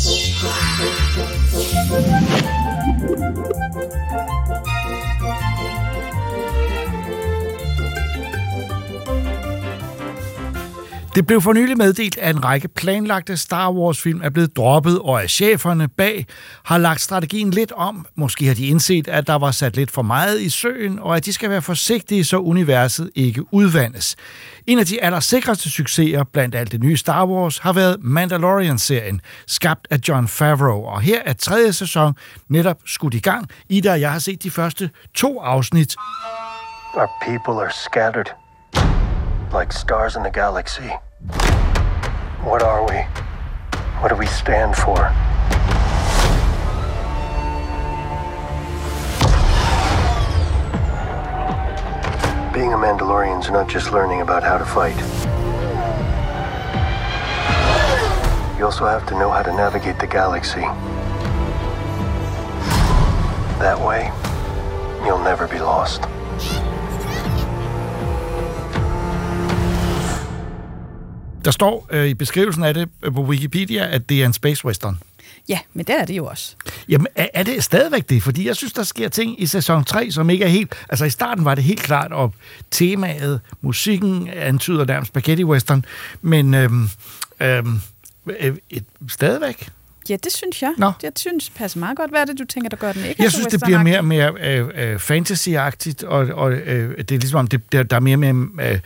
Det blev for nylig meddelt, at en række planlagte Star Wars-film er blevet droppet, og at cheferne bag har lagt strategien lidt om. Måske har de indset, at der var sat lidt for meget i søen, og at de skal være forsigtige, så universet ikke udvandes. En af de allersikreste succeser blandt alt det nye Star Wars har været Mandalorian-serien, skabt af Jon Favreau. Og her er 3. sæson netop skudt i gang. Ida og jeg har set de første 2 afsnit. Our people are scattered, like stars in the galaxy. What are we? What do we stand for? Being a Mandalorian is not just learning about how to fight. You also have to know how to navigate the galaxy. That way, you'll never be lost. Der står i beskrivelsen af det på Wikipedia, at det er en space western. Ja, men det er det jo også. Jamen, er det stadigvæk det? Fordi jeg synes, der sker ting i sæson 3, som ikke er helt... Altså, i starten var det helt klart, og temaet, musikken antyder nærmest spaghetti western, men stadigvæk... Ja, det synes jeg. Nå. Jeg synes passer meget godt. Hvad er det, du tænker, der gør den ikke? Jeg synes, det bliver mere og mere fantasy-agtigt, og det er ligesom, der er mere og mere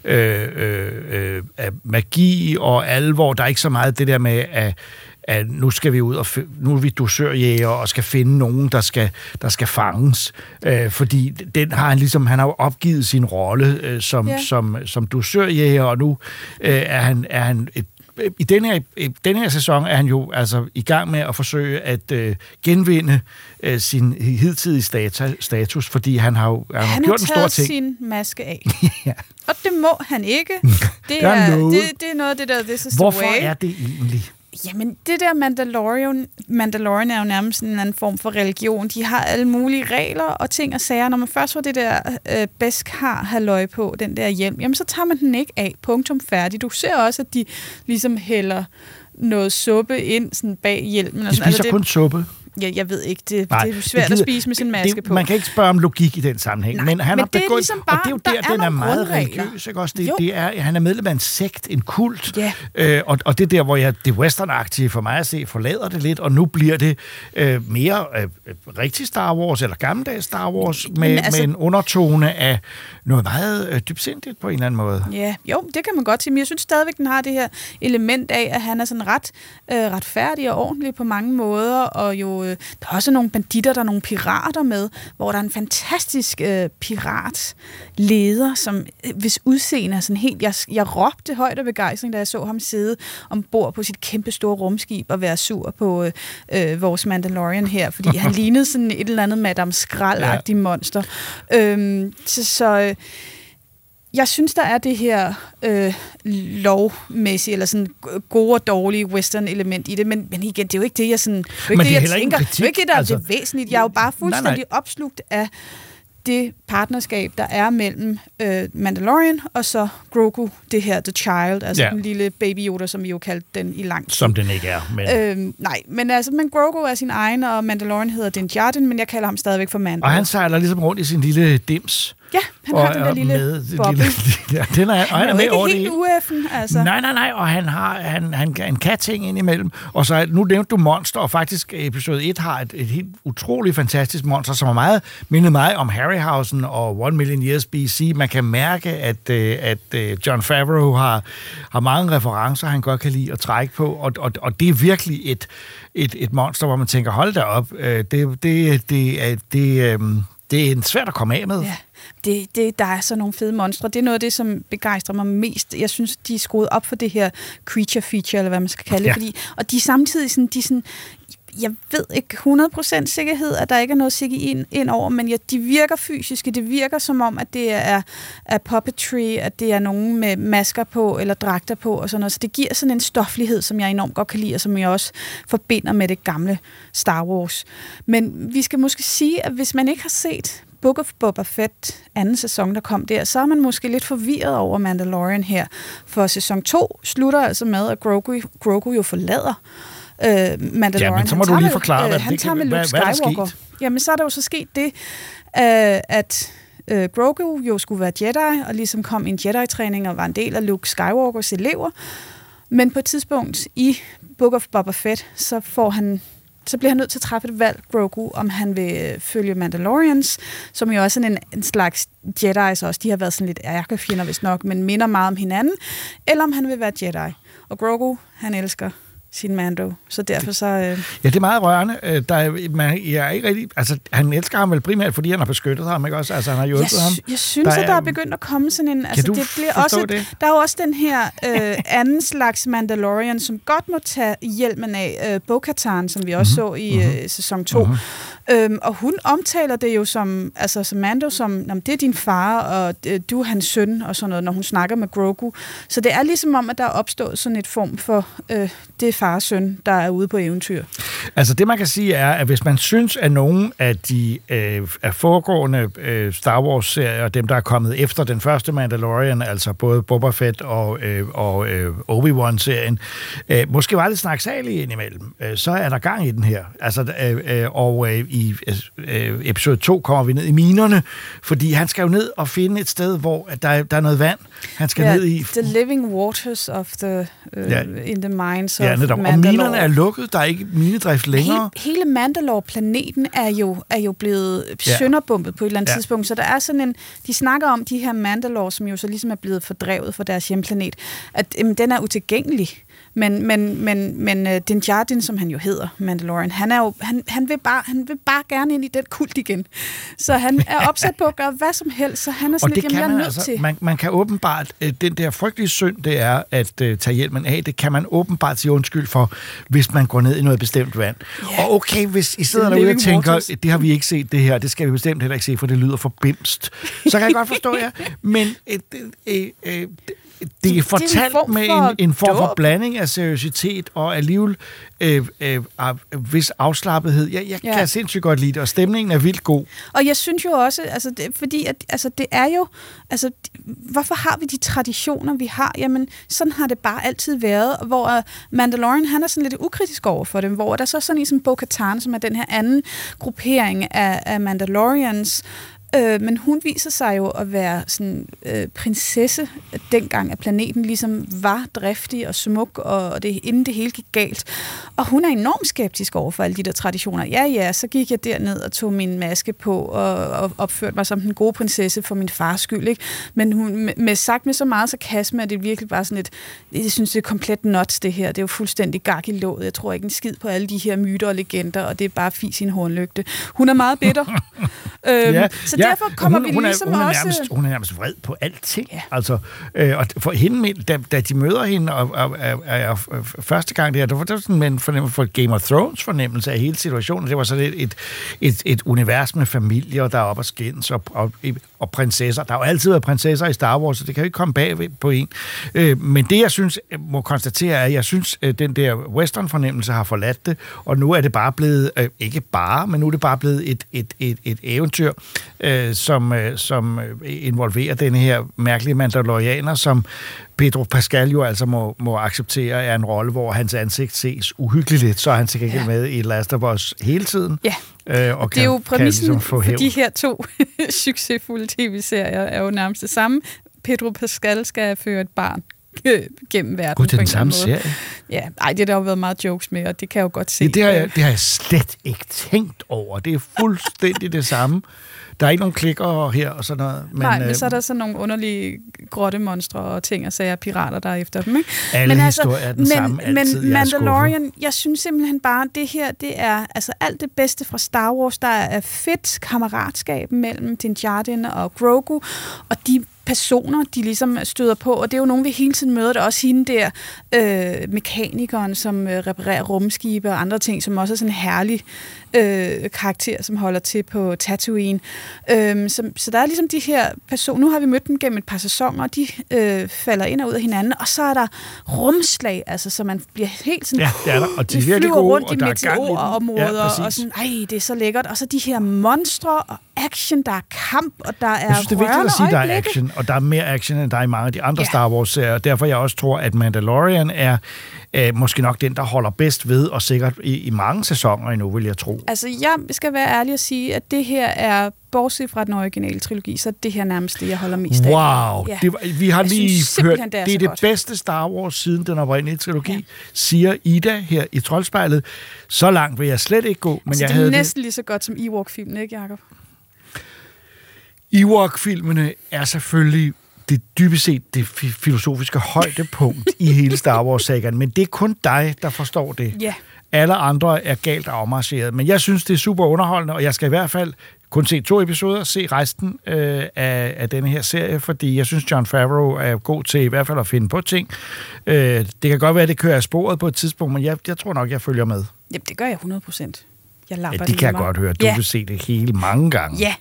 magi og alvor. Der er ikke så meget det der med, at nu skal vi ud og nu er vi dusørjæger og skal finde nogen, der skal fanges. Fordi han har jo opgivet sin rolle som dusørjæger, og nu er han i den her sæson er han jo altså i gang med at forsøge at genvinde sin hidtidige status, fordi han har gjort en stor ting. Han har taget sin maske af. Ja. Og det må han ikke. Det er noget af det der, this is Hvorfor the way. er det egentlig? Jamen, det der Mandalorian er jo nærmest en anden form for religion. De har alle mulige regler og ting og sager. Når man først får det der Beskar-halløj på, den der hjelm, jamen så tager man den ikke af. Punktum færdig. Du ser også, at de ligesom hælder noget suppe ind sådan bag hjelmen. De spiser kun suppe. Ja, jeg ved ikke. Det er svært at spise med sin maske på. Man kan ikke spørge om logik i den sammenhæng. Men han har begået, ligesom bare, og det er jo der den er meget religiøs. Ikke? Også han er medlem af en sekt, en kult. Yeah. Og det er der, hvor det western-agtige for mig at se forlader det lidt, og nu bliver det mere rigtig Star Wars, eller gammeldags Star Wars, med en undertone af noget meget dybsindigt på en eller anden måde. Ja, jo, det kan man godt sige, men jeg synes stadigvæk, den har det her element af, at han er sådan ret retfærdig og ordentlig på mange måder, og jo der er også nogle banditter, der er nogle pirater med, hvor der er en fantastisk piratleder, som hvis udseende er sådan helt... Jeg råbte højt af begejstring, da jeg så ham sidde ombord på sit kæmpe store rumskib og være sur på vores Mandalorian her, fordi han lignede sådan et eller andet Madame Skrald-agtigt monster. Jeg synes, der er det her lovmæssige, eller sådan gode og dårlige western-element i det, men igen, det er jo ikke det, jeg sådan... Det er ikke det, jeg tænker. Det er ikke det, der er det væsentligt. Jeg er jo bare fuldstændig opslugt af det partnerskab, der er mellem Mandalorian og så Grogu, det her The Child, altså den lille baby Yoda, som vi jo kaldte den i lang tid. Som den ikke er, men... men Grogu er sin egen, og Mandalorian hedder Din Djarin, men jeg kalder ham stadigvæk for Mando. Og han sejler ligesom rundt i sin lille dims. Ja, han har den der lille boble. Han er med jo ikke helt ueffen, altså. Nej, og han kan ting indimellem. Og så nu nævnte du monster, og faktisk episode 1 har et helt utroligt fantastisk monster, som er meget mindet mig om Harryhausen og 1 Million Years BC. Man kan mærke, at Jon Favreau har mange referencer, han godt kan lide at trække på, og det er virkelig et monster, hvor man tænker, hold da op, det er svært at komme af med. Ja, der er så nogle fede monstre. Det er noget af det, som begejstrer mig mest. Jeg synes, de er skruet op for det her creature feature, eller hvad man skal kalde det. Og de er samtidig sådan, jeg ved ikke 100% sikkerhed, at der ikke er noget CGI ind over, men de virker fysiske. Det virker som om, at det er puppetry, at det er nogen med masker på, eller dragter på, og sådan noget. Så det giver sådan en stoflighed, som jeg enormt godt kan lide, og som jeg også forbinder med det gamle Star Wars. Men vi skal måske sige, at hvis man ikke har set Book of Boba Fett, anden sæson, der kom der, så er man måske lidt forvirret over Mandalorian her. For sæson 2 slutter altså med, at Grogu jo forlader Mandalorian. Ja, men så må du lige forklare, hvad er der sket? Jamen, så er der jo så sket det, at Grogu jo skulle være Jedi, og ligesom kom i en Jedi-træning og var en del af Luke Skywalkers elever. Men på et tidspunkt i Book of Boba Fett, så bliver han nødt til at træffe et valg, Grogu, om han vil følge Mandalorians, som jo også er en slags Jedi's også. De har været sådan lidt ærkefjender, hvis nok, men minder meget om hinanden. Eller om han vil være Jedi. Og Grogu, han elsker sin Mando. Så derfor så... Ja, det er meget rørende. Jeg er ikke rigtig... Altså, han elsker ham vel primært, fordi han har beskyttet ham, ikke også? Altså, han har hjulpet ham. Jeg synes, at der er begyndt at komme sådan en... Altså, det bliver også det? Der er jo også den her anden slags Mandalorian, som godt må tage hjelmen af Bo-Katan, som vi også så i sæson 2. Og hun omtaler det jo som Mando, som det er din far, og du er hans søn, og sådan noget, når hun snakker med Grogu. Så det er ligesom om, at der er opstået sådan et form for det far og søn, der er ude på eventyr. Altså det, man kan sige, er, at hvis man synes, at nogen af de foregående Star Wars-serier, dem, der er kommet efter den første Mandalorian, altså både Boba Fett og Obi-Wan-serien, måske var lidt snaksalige indimellem, så er der gang i den her. Altså, i episode 2 kommer vi ned i minerne, fordi han skal jo ned og finde et sted, hvor der er noget vand, han skal ned i. The living waters of the in the mines of Mandalore. Og minerne er lukket, der er ikke minedrift længere. Hele Mandalore-planeten er jo blevet sønderbumpet på et eller andet tidspunkt, så der er sådan de snakker om de her Mandalore, som jo så ligesom er blevet fordrevet fra deres hjemplanet, at den er utilgængelig. Men Din Djarin, som han jo hedder, Mandalorian, han vil bare gerne ind i den kult igen. Så han er opsat på at gøre hvad som helst, så han er sådan lidt, jeg er nødt til. Man kan åbenbart, den der frygtelige synd, det er at tage hjelmen af, det kan man åbenbart sige undskyld for, hvis man går ned i noget bestemt vand. Yeah. Og okay, hvis I sidder derude og tænker, det har vi ikke set det her, det skal vi bestemt heller ikke se, for det lyder for bimst. Så kan jeg godt forstå jer, men det er fortalt med en form for blanding af seriøsitet og alligevel vis afslappethed. Jeg kan sindssygt godt lide det, og stemningen er vildt god. Og jeg synes jo også, fordi at det er jo, hvorfor har vi de traditioner, vi har? Jamen, sådan har det bare altid været, hvor Mandalorian, han er sådan lidt ukritisk over for dem, hvor der så sådan en som Bo-Katan, som er den her anden gruppering af Mandalorians, men hun viser sig jo at være sådan prinsesse dengang, at planeten ligesom var driftig og smuk, og inden det hele gik galt. Og hun er enormt skeptisk over for alle de der traditioner. Ja, så gik jeg derned og tog min maske på og opførte mig som den gode prinsesse for min fars skyld, ikke? Men hun sagt med så meget sarkasme, at det virkelig bare sådan jeg synes, det er komplet nuts, det her. Det er jo fuldstændig gak i låget. Jeg tror ikke en skid på alle de her myter og legender, og det er bare fis i en hornlygte. Hun er meget bitter. Så derfor kommer vi ligesom også... Hun er nærmest vred på alting. Ja. Altså, og for hende, da de møder hende, og første gang der var sådan en fornemmelse for Game of Thrones fornemmelse af hele situationen. Det var sådan et univers med familier, der er op og skændes, og prinsesser. Der har jo altid været prinsesser i Star Wars, så det kan jo ikke komme bag på en. Men det, jeg synes, må konstatere, er, at jeg synes, den der western-fornemmelse har forladt det, og nu er det bare blevet, men nu er det bare blevet et eventyr, som involverer denne her mærkelige mandalorianer, som Pedro Pascal jo altså må acceptere er en rolle, hvor hans ansigt ses uhyggeligt lidt, så er han sikkert med i Last of Us hele tiden. Ja. Og det er jo præmissen ligesom for de her 2 succesfulde tv-serier er jo nærmest det samme. Pedro Pascal skal føre et barn gennem verden. Gud, det er på en den samme eller anden måde. serie? Ja, ej, det har der jo været meget jokes med, og det kan jeg jo godt se. Ja, det har jeg slet ikke tænkt over. Det er fuldstændig det samme. Der er ikke nogen klikker her og sådan noget. Men så er der sådan nogle underlige grottemonstre og ting og sager, pirater, der er efter dem. Ikke? Alle historier er den samme altid. Men Mandalorian, jeg synes simpelthen bare, det her, det er altså alt det bedste fra Star Wars. Der er fedt kammeratskab mellem Din Djarin og Grogu, og de personer, de ligesom støder på, og det er jo nogen, vi hele tiden møder. Der er også hende der, mekanikeren, som reparerer rumskibe og andre ting, som også er sådan en herlig karakter, som holder til på Tatooine. Så der er ligesom de her personer, nu har vi mødt dem gennem et par sæsoner, og de falder ind og ud af hinanden, og så er der rumslag, altså, så man bliver helt sådan... Ja, det er der, og de er virkelig flyver gode, rundt og i der er gang i meteorområder, og sådan, det er så lækkert. Og så de her monstre og action, der er kamp, og der er jeg synes, det er vigtigt at sige, at der er action, og der er mere action, end der er i mange af de andre Star Wars-serier. Derfor jeg også tror, at Mandalorian er måske nok den, der holder bedst ved, og sikkert i mange sæsoner endnu, vil jeg tro. Altså, jeg skal være ærlig og sige, at det her er, bortset fra den originale trilogi, så det her nærmest det, jeg holder mest af. Wow! Ja. Vi har lige hørt, det er det godt. bedste Star Wars siden den oprindelige trilogi, siger Ida her i Troldspejlet. Så langt vil jeg slet ikke gå, men altså, jeg det er havde næsten lige så godt som Ewok-filmen, ikke, Jacob? Ewok-filmene er selvfølgelig det dybest set det filosofiske højdepunkt i hele Star Wars-sagaen, men det er kun dig, der forstår det. Ja. Alle andre er galt afmarcheret, men jeg synes, det er super underholdende, og jeg skal i hvert fald kun se 2 episoder, se resten af denne her serie, fordi jeg synes, Jon Favreau er god til i hvert fald at finde på ting. Det kan godt være, at det kører af sporet på et tidspunkt, men jeg tror nok, jeg følger med. Jamen, det gør jeg 100%. Jeg lapper det kan jeg godt høre. Du vil se det hele mange gange. Ja.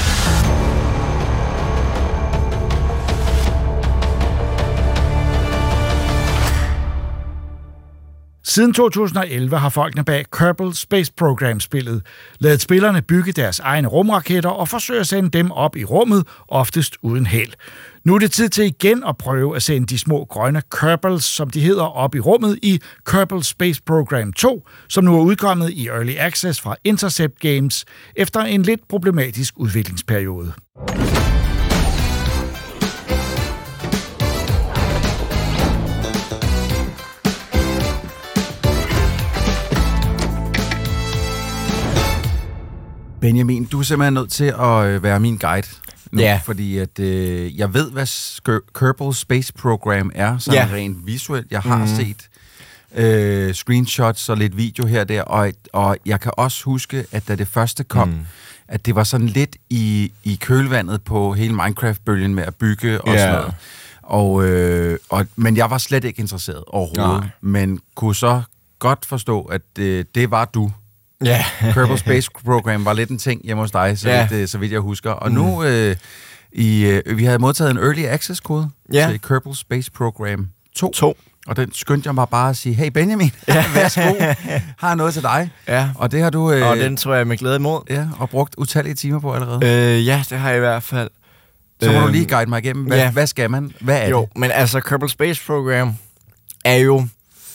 Siden 2011 har folkene bag Kerbal Space Program-spillet ladet spillerne bygge deres egne rumraketter og forsøge at sende dem op i rummet, oftest uden held. Nu er det tid til igen at prøve at sende de små grønne Kerbals, som de hedder, op i rummet i Kerbal Space Program 2, som nu er udkommet i Early Access fra Intercept Games efter en lidt problematisk udviklingsperiode. Benjamin, du er simpelthen nødt til at være min guide nu, fordi at, jeg ved, hvad Kerbal Space Program er, sådan rent visuelt. Jeg har set screenshots og lidt video her og der, og jeg kan også huske, at da det første kom, at det var sådan lidt i kølvandet på hele Minecraft-bølgen med at bygge og sådan noget. Men jeg var slet ikke interesseret overhovedet, men kunne så godt forstå, at det var du. Ja. Kerbal Space Program var lidt en ting hjemme hos dig, så vidt jeg husker. Og nu, vi havde modtaget en Early Access-kode til Kerbal Space Program 2. Og den skyndte jeg mig bare at sige, hey Benjamin, værsgo, har noget til dig. Ja. Og det har du... og den tror jeg med glæde imod. Ja, og brugt utallige timer på allerede. Ja, det har jeg i hvert fald. Så må du lige guide mig igennem. Hvad skal man? Hvad er det? Men altså, Kerbal Space Program er jo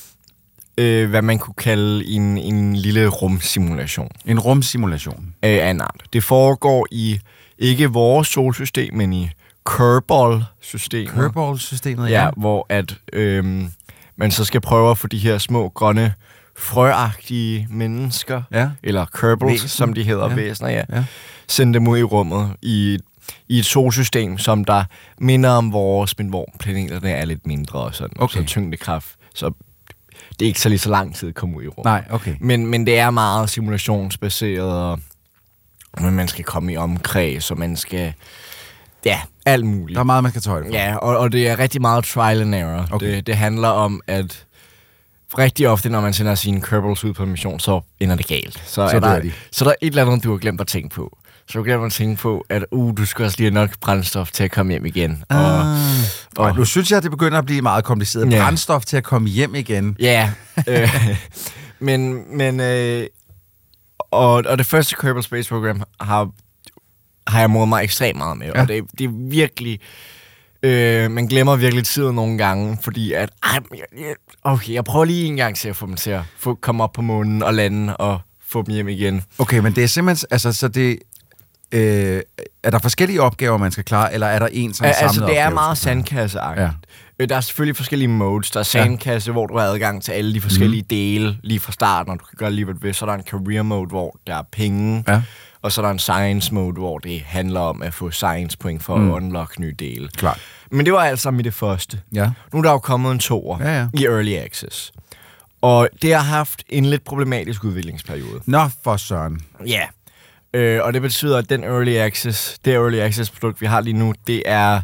hvad man kunne kalde en lille rumsimulation. En rumsimulation? Af en art. Det foregår i ikke vores solsystem, men i Kerbal-systemet. Kerbal-systemet, ja. Hvor at man så skal prøve at få de her små, grønne, frøagtige mennesker, eller Kerbals, som de hedder, væsener, sende dem ud i rummet i et solsystem, som der minder om vores, men hvor planeterne er lidt mindre og sådan. Så tyngdekraft. Så det er ikke så lige så lang tid at komme ud i rummet. Nej, okay. Men det er meget simulationsbaseret, og man skal komme i omkreds, og man skal... Ja, alt muligt. Der er meget, man skal tage højde for. Ja, og det er rigtig meget trial and error. Okay. Det handler om, at rigtig ofte, når man sender sine Kerbals ud på en mission, så ender det galt. Så er der et eller andet, du har glemt at tænke på. Så du glemmer at tænke på, at du skal også lige have nok brændstof til at komme hjem igen. Og nu synes jeg, at det begynder at blive meget kompliceret. Brændstof til at komme hjem igen. Ja. Og det første Kerbal Space Program har jeg modet mig ekstremt meget med. Og det er virkelig... man glemmer virkelig tiden nogle gange, fordi at... jeg prøver lige en gang til at få dem til at komme op på månen og lande og få dem hjem igen. Okay, men det er simpelthen... Altså, så det... er der forskellige opgaver, man skal klare, eller er der en sådan samlet opgave? Altså, det er meget sandkasseagtigt. Der er selvfølgelig forskellige modes. Der er sandkasse, hvor du har adgang til alle de forskellige dele lige fra starten, og du kan gøre lige hvad du vil. Så er der en career mode, hvor der er penge. Ja. Og så er der en science mode, hvor det handler om at få science point for at unlock nye dele. Klart. Men det var alt sammen i det første. Ja. Nu er der jo kommet en 2'er i Early Access. Og det har haft en lidt problematisk udviklingsperiode. Nå, for søren. Ja. Og det betyder, at det Early Access produkt, vi har lige nu, det er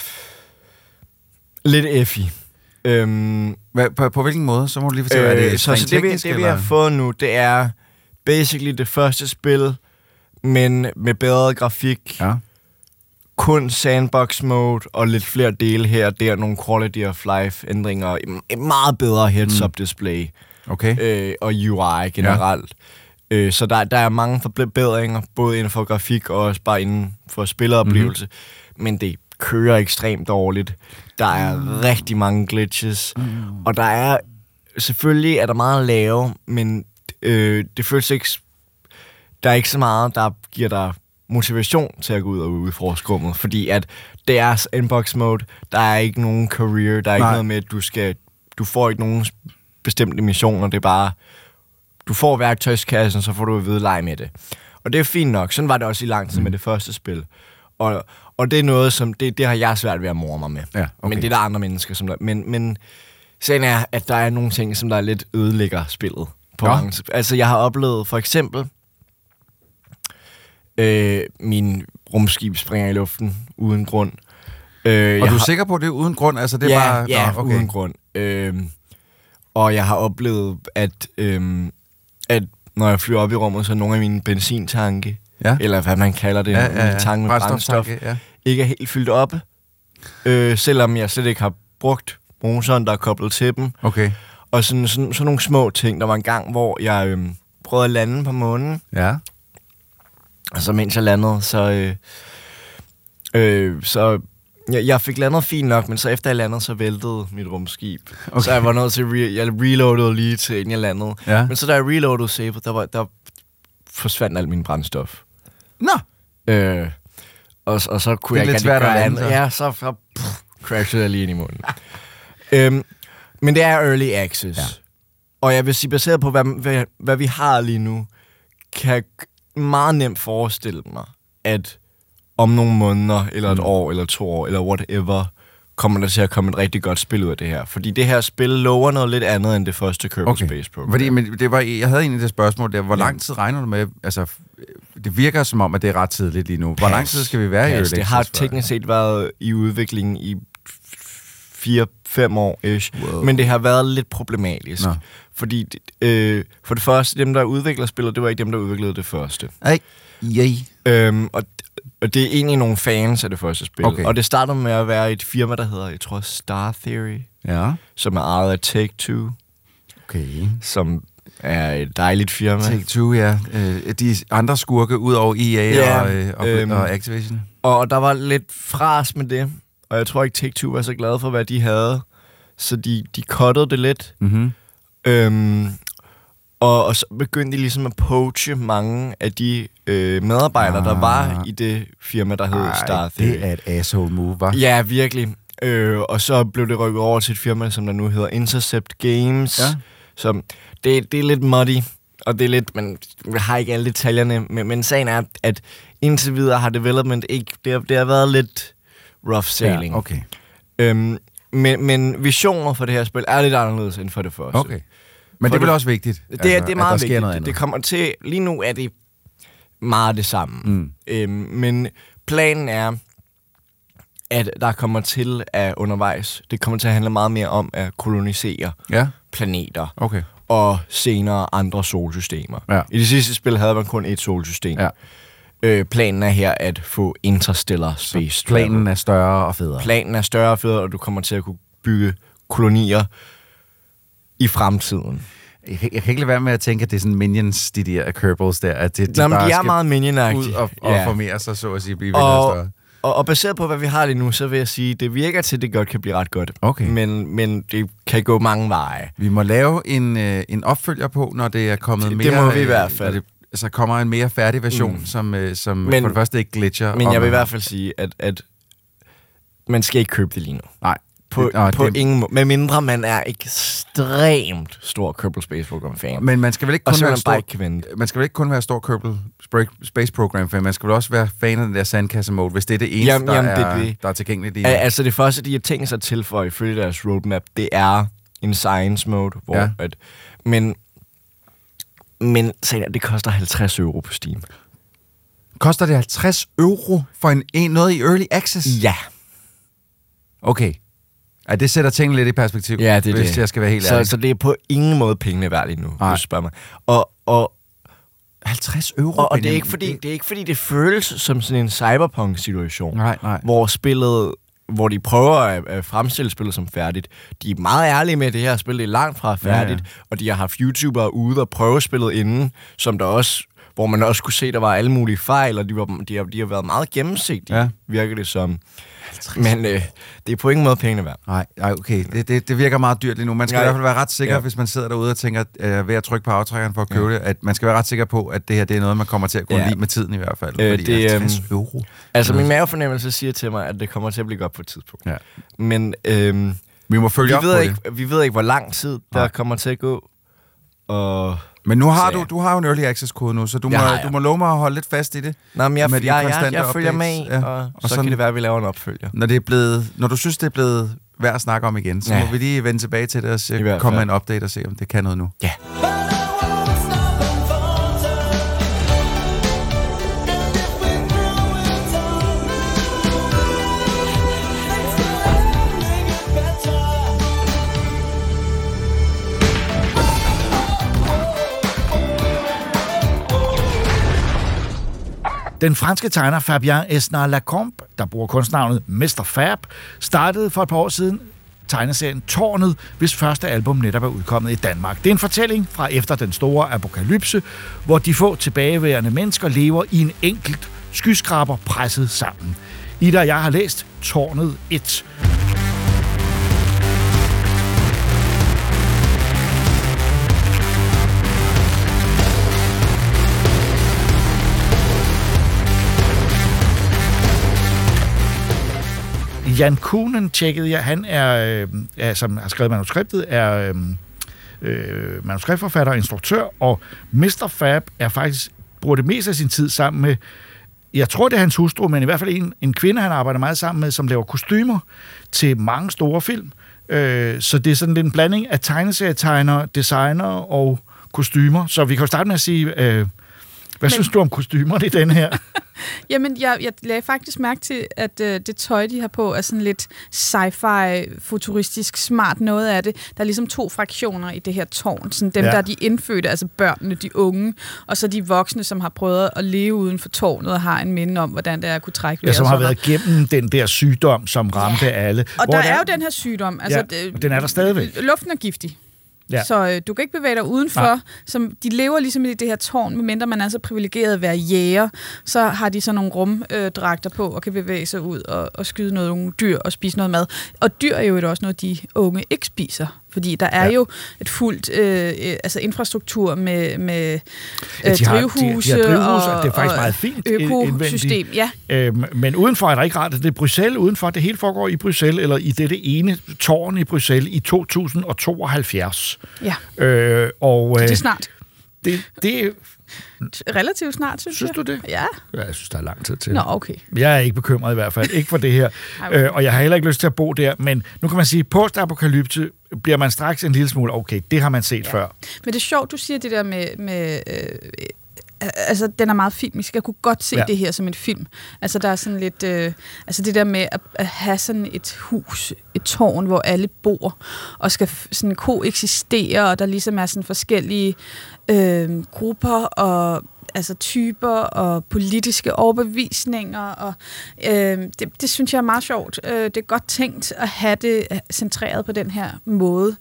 lidt effig. På hvilken måde? Så må du lige fortælle, er det så det vi har fået nu, det er basically det første spil, men med bedre grafik. Ja. Kun sandbox mode og lidt flere dele her og der, nogle quality of life ændringer, et meget bedre heads-up display og UI generelt. Ja. Så der er mange forbedringer, både inden for grafik og også bare inden for spilleroplevelse, men det kører ekstremt dårligt. Der er rigtig mange glitches, og der er selvfølgelig er der meget lave, men det føles ikke, der er ikke så meget, der giver dig motivation til at gå ud og udforske rummet, fordi at det er inbox mode, der er ikke nogen career, der er ikke noget med, at du får ikke nogen bestemte missioner, det er bare, du får værktøjskassen, så får du at vide, lege med det. Og det er fint nok, sådan var det også i lang tid med det første spil. Og det er noget, som, det har jeg svært ved at more mig med. Ja, men det er der andre mennesker, som der, men sagen er, at der er nogle ting, som der lidt ødelægger spillet. På mange, altså jeg har oplevet, for eksempel, min rumskib springer i luften uden grund. Og du er sikker på, at det er uden grund? Altså, det er bare... Ja, uden grund. Og jeg har oplevet, at når jeg flyver op i rummet, så nogle af mine benzintanke, eller hvad man kalder det, tanke med brændstof, ikke er helt fyldt op. Selvom jeg slet ikke har brugt motoren, der er koblet til dem. Okay. Og sådan nogle små ting. Der var en gang, hvor jeg prøvede at lande på månen. Ja. Og så mens jeg landede, så jeg fik landet fint nok, men så efter jeg landede, så væltede mit rumskib. Okay. Så jeg var nødt til jeg reloadede lige til, inden jeg landede. Ja. Men så da jeg reloadede safe, der forsvandt alt min brændstof. Nå! Og så kunne jeg ikke gøre andet. Ja, så crashede jeg lige ind i munden. Men det er Early Access. Ja. Og jeg vil sige, baseret på, hvad vi har lige nu, kan jeg meget nemt forestille mig, at om nogle måneder, eller et år, eller 2 år, eller whatever, kommer der til at komme et rigtig godt spil ud af det her. Fordi det her spil lover noget lidt andet, end det første Kerbal Space Program. Fordi, men jeg havde egentlig det spørgsmål der, hvor lang tid regner du med, altså, det virker som om, at det er ret tidligt lige nu. Hvor lang tid skal vi være i Early Access? Det har teknisk set været i udvikling i 4-5 år-ish, men det har været lidt problematisk. Nå. Fordi for det første, dem der udvikler spillet, det var ikke dem, der udviklede det første. Og det er egentlig nogle fans af det første spil. Okay. Og det startede med at være et firma, der hedder, jeg tror, Star Theory, som er ejet af Take-Two. Okay. Som er et dejligt firma. Take-Two, ja. De andre skurke ud over EA og Activision. Og der var lidt fras med det. Og jeg tror ikke, Take-Two var så glade for, hvad de havde. Så de cuttede det lidt. Mm-hmm. Og så begyndte de ligesom at poache mange af de medarbejdere, der var i det firma, der hed Star Theory. Det er et asshole move, hva'? Ja, virkelig. Og så blev det rykket over til et firma, som der nu hedder Intercept Games. Ja. Så det er lidt muddy, og det er lidt, men jeg har ikke alle detaljerne. Men sagen er, at indtil videre har development ikke, det har været lidt rough sailing. Ja, okay. Men visioner for det her spil er lidt anderledes end for det første. Okay. Men det er vel også vigtigt? Det er meget vigtigt. Det kommer til... Lige nu er det meget det samme. Men planen er, at der kommer til at undervejs... Det kommer til at handle meget mere om at kolonisere planeter. Okay. Og senere andre solsystemer. Ja. I det sidste spil havde man kun et solsystem. Ja. Planen er her at få interstellar space. Planen er større og federe. Planen er større og federe, og du kommer til at kunne bygge kolonier i fremtiden. Jeg kan ikke lade være med at tænke, at det er sådan Minions, de der Kerbals der. At de bare er meget Minion-agtige. Ud og formere sig, så at sige, blive større. Og baseret på, hvad vi har lige nu, så vil jeg sige, det virker til, at det godt kan blive ret godt. Okay. Men det kan gå mange veje. Vi må lave en opfølger på, når det er kommet mere... Det må vi i hvert fald. Så kommer en mere færdig version, som for det første ikke glitcher. Men jeg vil i hvert fald sige, at man skal ikke købe det lige nu. Nej. På ingen måde. Med mindre man er ekstremt stor Kerbal Space Program-fan. Men man skal vel ikke kun være stor Kerbal Space Program-fan. Man skal vel også være fan af den der sandkasse-mode, hvis det er det eneste, der er tilgængeligt i. Altså det første, de har tænkt sig til for ifølge deres roadmap, det er en science mode, hvor men det koster 50 euro på Steam. Koster det 50 euro for noget i Early Access? Ja. Okay. Ja, det sætter tingene lidt i perspektiv, hvis jeg skal være helt ærlig. Så det er på ingen måde pengene værd lige nu, hvis du spørger mig. Og 50 euro? Og det er ikke fordi det føles som sådan en cyberpunk-situation, nej. hvor de prøver at fremstille spillet som færdigt. De er meget ærlige med, at det her spil det er langt fra færdigt, og de har haft YouTubere ude og prøve spillet inden, som der også, hvor man også kunne se, at der var alle mulige fejl, og de har været meget gennemsigtige, virker det som. Men det er på ingen måde pengene værd. Nej, okay. Det virker meget dyrt lige nu. Man skal i hvert fald være ret sikker, hvis man sidder derude og tænker, ved at trykke på aftrækkeren for at købe det, at man skal være ret sikker på, at det her det er noget, man kommer til at kunne lide med tiden i hvert fald. Fordi 50 euro. Altså, min mavefornemmelse siger til mig, at det kommer til at blive godt på et tidspunkt. Ja. Men vi må følge op på det. Vi ved ikke, hvor lang tid der kommer til at gå. Men nu har du har jo en Early Access-kode nu, så du må love mig at holde lidt fast i det. Nej, men jeg følger med i, og så sådan, kan det være, at vi laver en opfølger. Når du synes, det er blevet værd at snakke om igen, så må vi lige vende tilbage til det og komme med en update og se, om det kan noget nu. Ja. Den franske tegner Fabien Esnar-Lacombe, der bruger kunstnavnet Mr. Fab, startede for et par år siden tegneserien Tårnet, hvis første album netop er udkommet i Danmark. Det er en fortælling fra efter den store apokalypse, hvor de få tilbageværende mennesker lever i en enkelt skyskraber presset sammen. Ida og jeg har læst Tårnet 1. Jan Kuhnen tjekkede jeg, han er som har skrevet manuskriptet, er manuskriptforfatter og instruktør, og Mr. Fab er faktisk, bruger det meste af sin tid sammen med, jeg tror det er hans hustru, men i hvert fald en kvinde, han arbejder meget sammen med, som laver kostymer til mange store film. Så det er sådan en blanding af tegneserietegnere, designer og kostymer. Så vi kan jo starte med at sige, hvad synes du om kostymerne i den her? Jamen, jeg lagde faktisk mærke til, at det tøj, de har på, er sådan lidt sci-fi, futuristisk, smart noget af det. Der er ligesom 2 fraktioner i det her tårn. Sådan dem, der er de indfødte, altså børnene, de unge, og så de voksne, som har prøvet at leve uden for tårnet og har en minde om, hvordan det er at kunne trække vejret. Ja, som har været gennem den der sygdom, som ramte alle. Og der er jo den her sygdom. Altså, den er der stadigvæk. Luften er giftig. Ja. Så du kan ikke bevæge dig udenfor. Som, de lever ligesom i det her tårn, medmindre man er så privilegeret at være jæger, så har de sådan nogle rumdragter på og kan bevæge sig ud og skyde nogle dyr og spise noget mad. Og dyr er jo også noget, de unge ikke spiser. Fordi der er jo et fuldt infrastruktur med drivhuse og det er faktisk meget fint økosystem. Ja. Men udenfor er der ikke rart. Det er Bruxelles udenfor. Det hele foregår i Bruxelles, eller i det ene tårn i Bruxelles i 2072. Ja. Det er snart. Det er relativt snart, synes du det? Ja. Jeg synes, der er lang tid til. Nå, okay. Jeg er ikke bekymret i hvert fald. Ikke for det her. Og jeg har heller ikke lyst til at bo der. Men nu kan man sige, post-apokalypse bliver man straks en lille smule, okay, det har man set før. Men det er sjovt, du siger det der med altså, den er meget filmisk. Jeg kunne godt se det her som en film. Altså, der er sådan lidt altså det der med at have sådan et hus, et tårn, hvor alle bor, og skal sådan koeksistere, og der ligesom er sådan forskellige grupper og altså typer og politiske overbevisninger, og det synes jeg er meget sjovt. Det er godt tænkt at have det centreret på den her måde.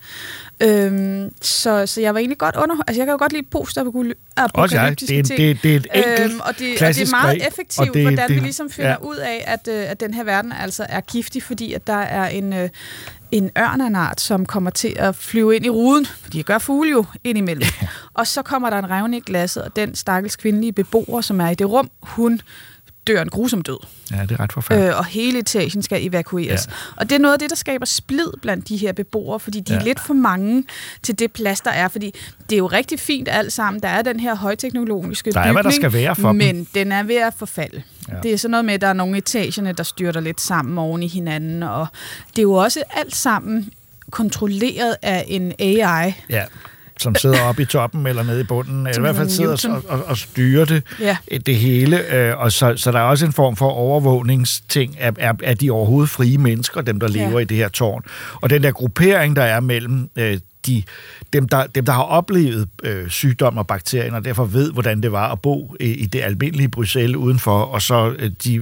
Så jeg var egentlig godt altså jeg kan jo godt lide post-apokalyptiske ting. Det er et enkelt og det er meget effektivt, hvordan vi ligesom finder ud af, at den her verden altså er giftig, fordi at der er en ørn af en art, som kommer til at flyve ind i ruden, fordi jeg gør fugle jo indimellem. Og så kommer der en revne i glasset, og den stakkels kvindelige beboer, som er i det rum, hun dør en grusom død. Ja, det er ret forfærdeligt. Og hele etagen skal evakueres. Ja. Og det er noget af det, der skaber splid blandt de her beboere, fordi de er lidt for mange til det plads, der er. Fordi det er jo rigtig fint alt sammen. Der er den her højteknologiske bygning, hvad der skal være for men dem. Den er ved at forfalde. Ja. Det er sådan noget med, at der er nogle etagerne, der styrter lidt sammen oven i hinanden, og det er jo også alt sammen kontrolleret af en AI. Ja, som sidder oppe i toppen eller nede i bunden, eller i hvert fald sidder og styrer det hele. Og så der er også en form for overvågningsting af de overhovedet frie mennesker, dem der lever i det her tårn. Og den der gruppering, der er mellem dem, der har oplevet sygdom og bakterier, og derfor ved, hvordan det var at bo i det almindelige Bruxelles udenfor, og så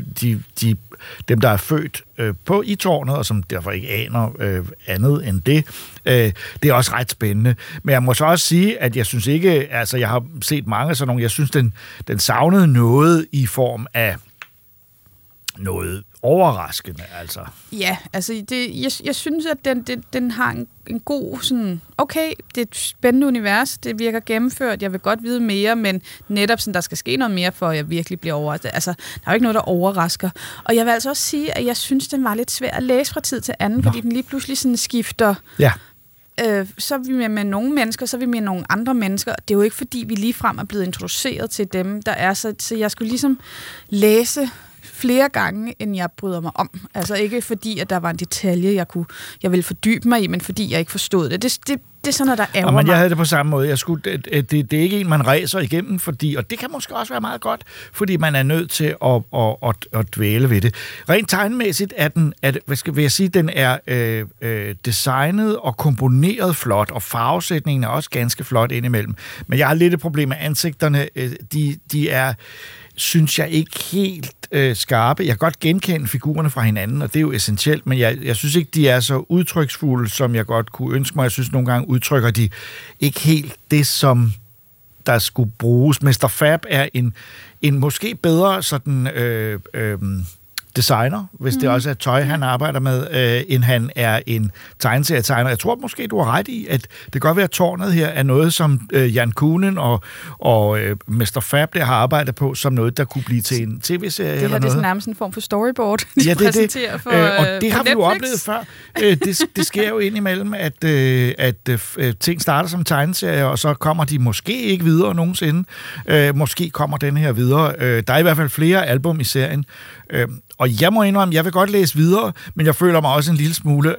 dem, der er født i tårnet, og som derfor ikke aner andet end det. Det er også ret spændende. Men jeg må så også sige, at jeg synes ikke, altså jeg har set mange sådan nogle, jeg synes, den savnede noget i form af noget overraskende, altså. Ja, altså jeg synes, at den har en god sådan, okay, det er et spændende univers, det virker gennemført, jeg vil godt vide mere, men netop sådan, der skal ske noget mere, for at jeg virkelig bliver overrasket. Altså, der er jo ikke noget, der overrasker. Og jeg vil altså også sige, at jeg synes, den var lidt svær at læse fra tid til anden, fordi den lige pludselig sådan skifter. Ja. Så er vi med nogle mennesker, så er vi med nogle andre mennesker. Det er jo ikke, fordi vi ligefrem er blevet introduceret til dem, der er så jeg skulle ligesom læse flere gange, end jeg bryder mig om. Altså ikke fordi, at der var en detalje, jeg ville fordybe mig i, men fordi jeg ikke forstod det. Det er sådan noget, der ærger mig. Men jeg havde det på samme måde. Det er ikke en, man ræser igennem, og det kan måske også være meget godt, fordi man er nødt til at dvæle ved det. Rent tegnmæssigt vil jeg sige, den er designet og komponeret flot, og farvesætningen er også ganske flot indimellem. Men jeg har lidt et problem med ansigterne. De er, synes jeg, ikke helt skarpe. Jeg kan godt genkende figurerne fra hinanden, og det er jo essentielt, men jeg synes ikke, de er så udtryksfulde, som jeg godt kunne ønske mig. Jeg synes, nogle gange udtrykker de ikke helt det, som der skulle bruges. Mr. Fab er en måske bedre sådan designer, hvis det også er tøj, han arbejder med, end han er en tegneserietegner. Jeg tror måske, du har ret i, at det kan godt være, at tårnet her er noget, som Jan Kuhnen og Mr. Fab der har arbejdet på, som noget, der kunne blive til en tv-serie eller noget. Det er nærmest en form for storyboard, de præsenterer for og det har vi Netflix. Jo oplevet før. Det sker jo indimellem, at ting starter som tegneserier, og så kommer de måske ikke videre nogensinde. Måske kommer den her videre. Der er i hvert fald flere album i serien. Og jeg må indrømme, jeg vil godt læse videre, men jeg føler mig også en lille smule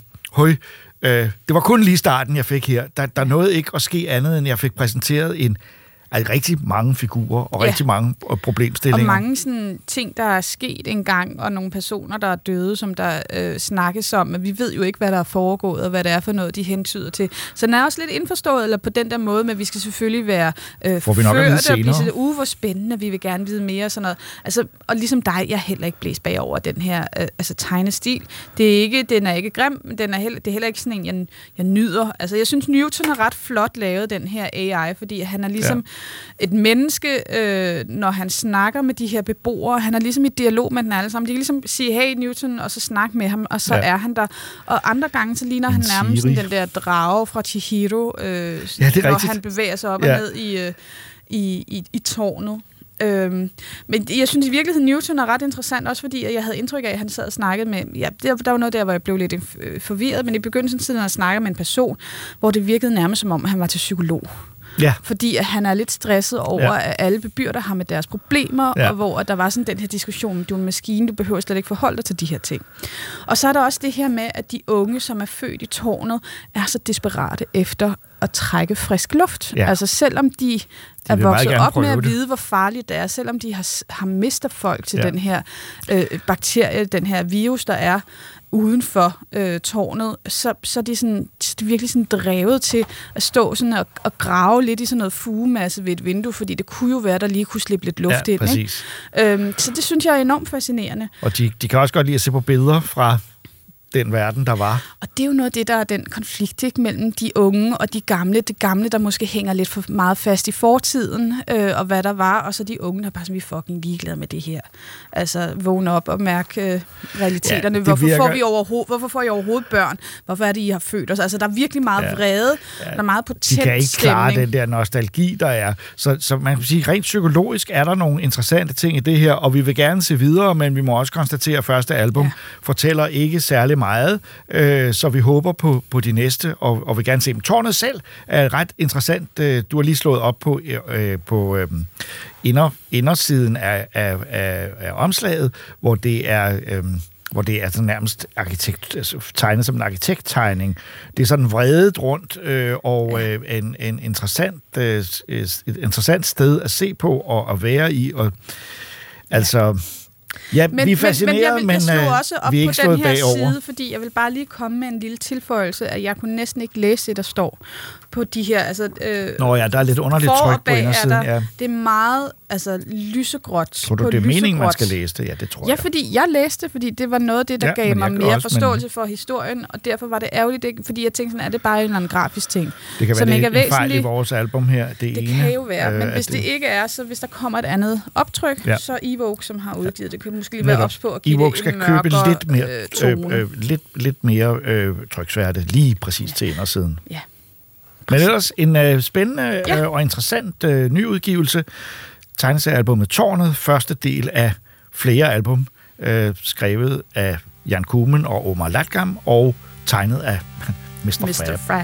det var kun lige starten, jeg fik her. Der nåede ikke at ske andet, end jeg fik præsenteret rigtig mange figurer og rigtig mange problemstillinger. Og mange sådan ting, der er sket engang, og nogle personer, der er døde, som der snakkes om, men vi ved jo ikke, hvad der er foregået, og hvad det er for noget, de hentyder til. Så den er også lidt indforstået, eller på den der måde, men vi skal selvfølgelig være ført og blive sådan, hvor spændende, vi vil gerne vide mere og sådan noget. Altså, og ligesom dig, jeg er heller ikke blæst bagover den her tegnestil. Den er ikke grim, men det er heller ikke sådan en, jeg nyder. Altså, jeg synes, Newton har ret flot lavet den her AI, fordi han er ligesom et menneske, når han snakker med de her beboere, han er ligesom i dialog med den alle sammen. De kan ligesom sige, hey Newton, og så snakke med ham, og så er han der. Og andre gange, så ligner han nærmest den der drage fra Chihiro, når han bevæger sig op og ned i tårnet. Men jeg synes i virkeligheden, Newton er ret interessant, også fordi jeg havde indtryk af, at han sad og snakkede med, der var noget der, hvor jeg blev lidt forvirret, men i begyndelsen siden han snakkede med en person, hvor det virkede nærmest som om, han var til psykolog. Ja. Fordi at han er lidt stresset over, at alle bebyrder ham med deres problemer, og hvor der var sådan den her diskussion, du er en maskine, du behøver slet ikke forholde dig til de her ting. Og så er der også det her med, at de unge, som er født i tårnet, er så desperate efter at trække frisk luft. Ja. Altså selvom de er vokset op med at vide, hvor farligt det er, selvom de har mistet folk til den her bakterie, den her virus, der er uden for tårnet, så er de sådan, virkelig sådan drevet til at stå sådan og grave lidt i sådan noget fugemasse ved et vindue, fordi det kunne jo være, der lige kunne slippe lidt luft ind. Ikke? Så det synes jeg er enormt fascinerende. Og de kan også godt lide at se på billeder fra den verden, der var. Og det er jo noget af det, der er den konflikt, ikke, mellem de unge og de gamle. Det gamle, der måske hænger lidt for meget fast i fortiden, og hvad der var, og så de unge, der bare sådan, vi er fucking ligeglade med det her. Altså, vågne op og mærke realiteterne. Hvorfor får I overhovedet børn? Hvorfor er det, I har født os? Altså, der er virkelig meget vrede, der er meget potent stemning. De kan ikke klare den der nostalgi, der er. Så man kan sige, rent psykologisk er der nogle interessante ting i det her, og vi vil gerne se videre, men vi må også konstatere, at første album fortæller ikke særlig meget, så vi håber på de næste, og vil gerne se dem. Tårnet selv er ret interessant. Du har lige slået op på indersiden af omslaget, hvor det er sådan nærmest tegnet som en arkitekttegning. Det er sådan vredet rundt, og et interessant sted at se på og at være i. Og, altså... Ja, vi er fascineret, men jeg også op vi er ikke på slået den her bagover. side, fordi jeg vil bare lige komme med en lille tilføjelse, at jeg kunne næsten ikke læse det, der står på de her... Altså, Nå ja, der er lidt underligt tryk på indersiden. Ja. Det er meget lysegråt. Tror du, det er meningen, man skal læse det? Ja, det tror jeg. Ja, fordi jeg læste, fordi det var noget af det, der gav mig mere forståelse for historien, og derfor var det ærgerligt, fordi jeg tænkte sådan, er det bare en eller anden grafisk ting? Det kan være, det er en fejl i vores album her. Det kan jo være, men hvis det ikke er, så hvis der kommer et andet optryk, så Evoke, som har udgivet det, kan måske lige være ops på at give Evoke det en mørkere tone. Lidt mere tryksværte, lige præcis til indersiden. Ja. Men ellers en spændende og interessant nyudgivelse. Tegneseriealbummet Tårnet, første del af flere album, skrevet af Jan Kumen og Omar Latgam, og tegnet af Mr. Frab.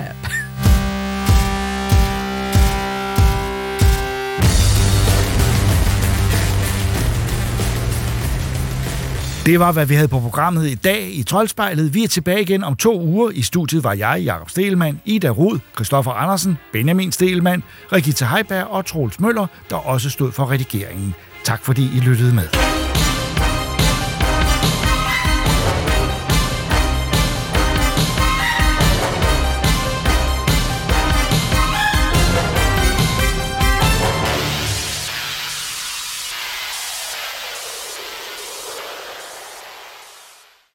Det var, hvad vi havde på programmet i dag i Troldspejlet. Vi er tilbage igen om 2 uger. I studiet var jeg, Jakob Stegelmann, Ida Rud, Christoffer Andersen, Benjamin Stegelmann, Regitze Heiberg og Troels Møller, der også stod for redigeringen. Tak fordi I lyttede med.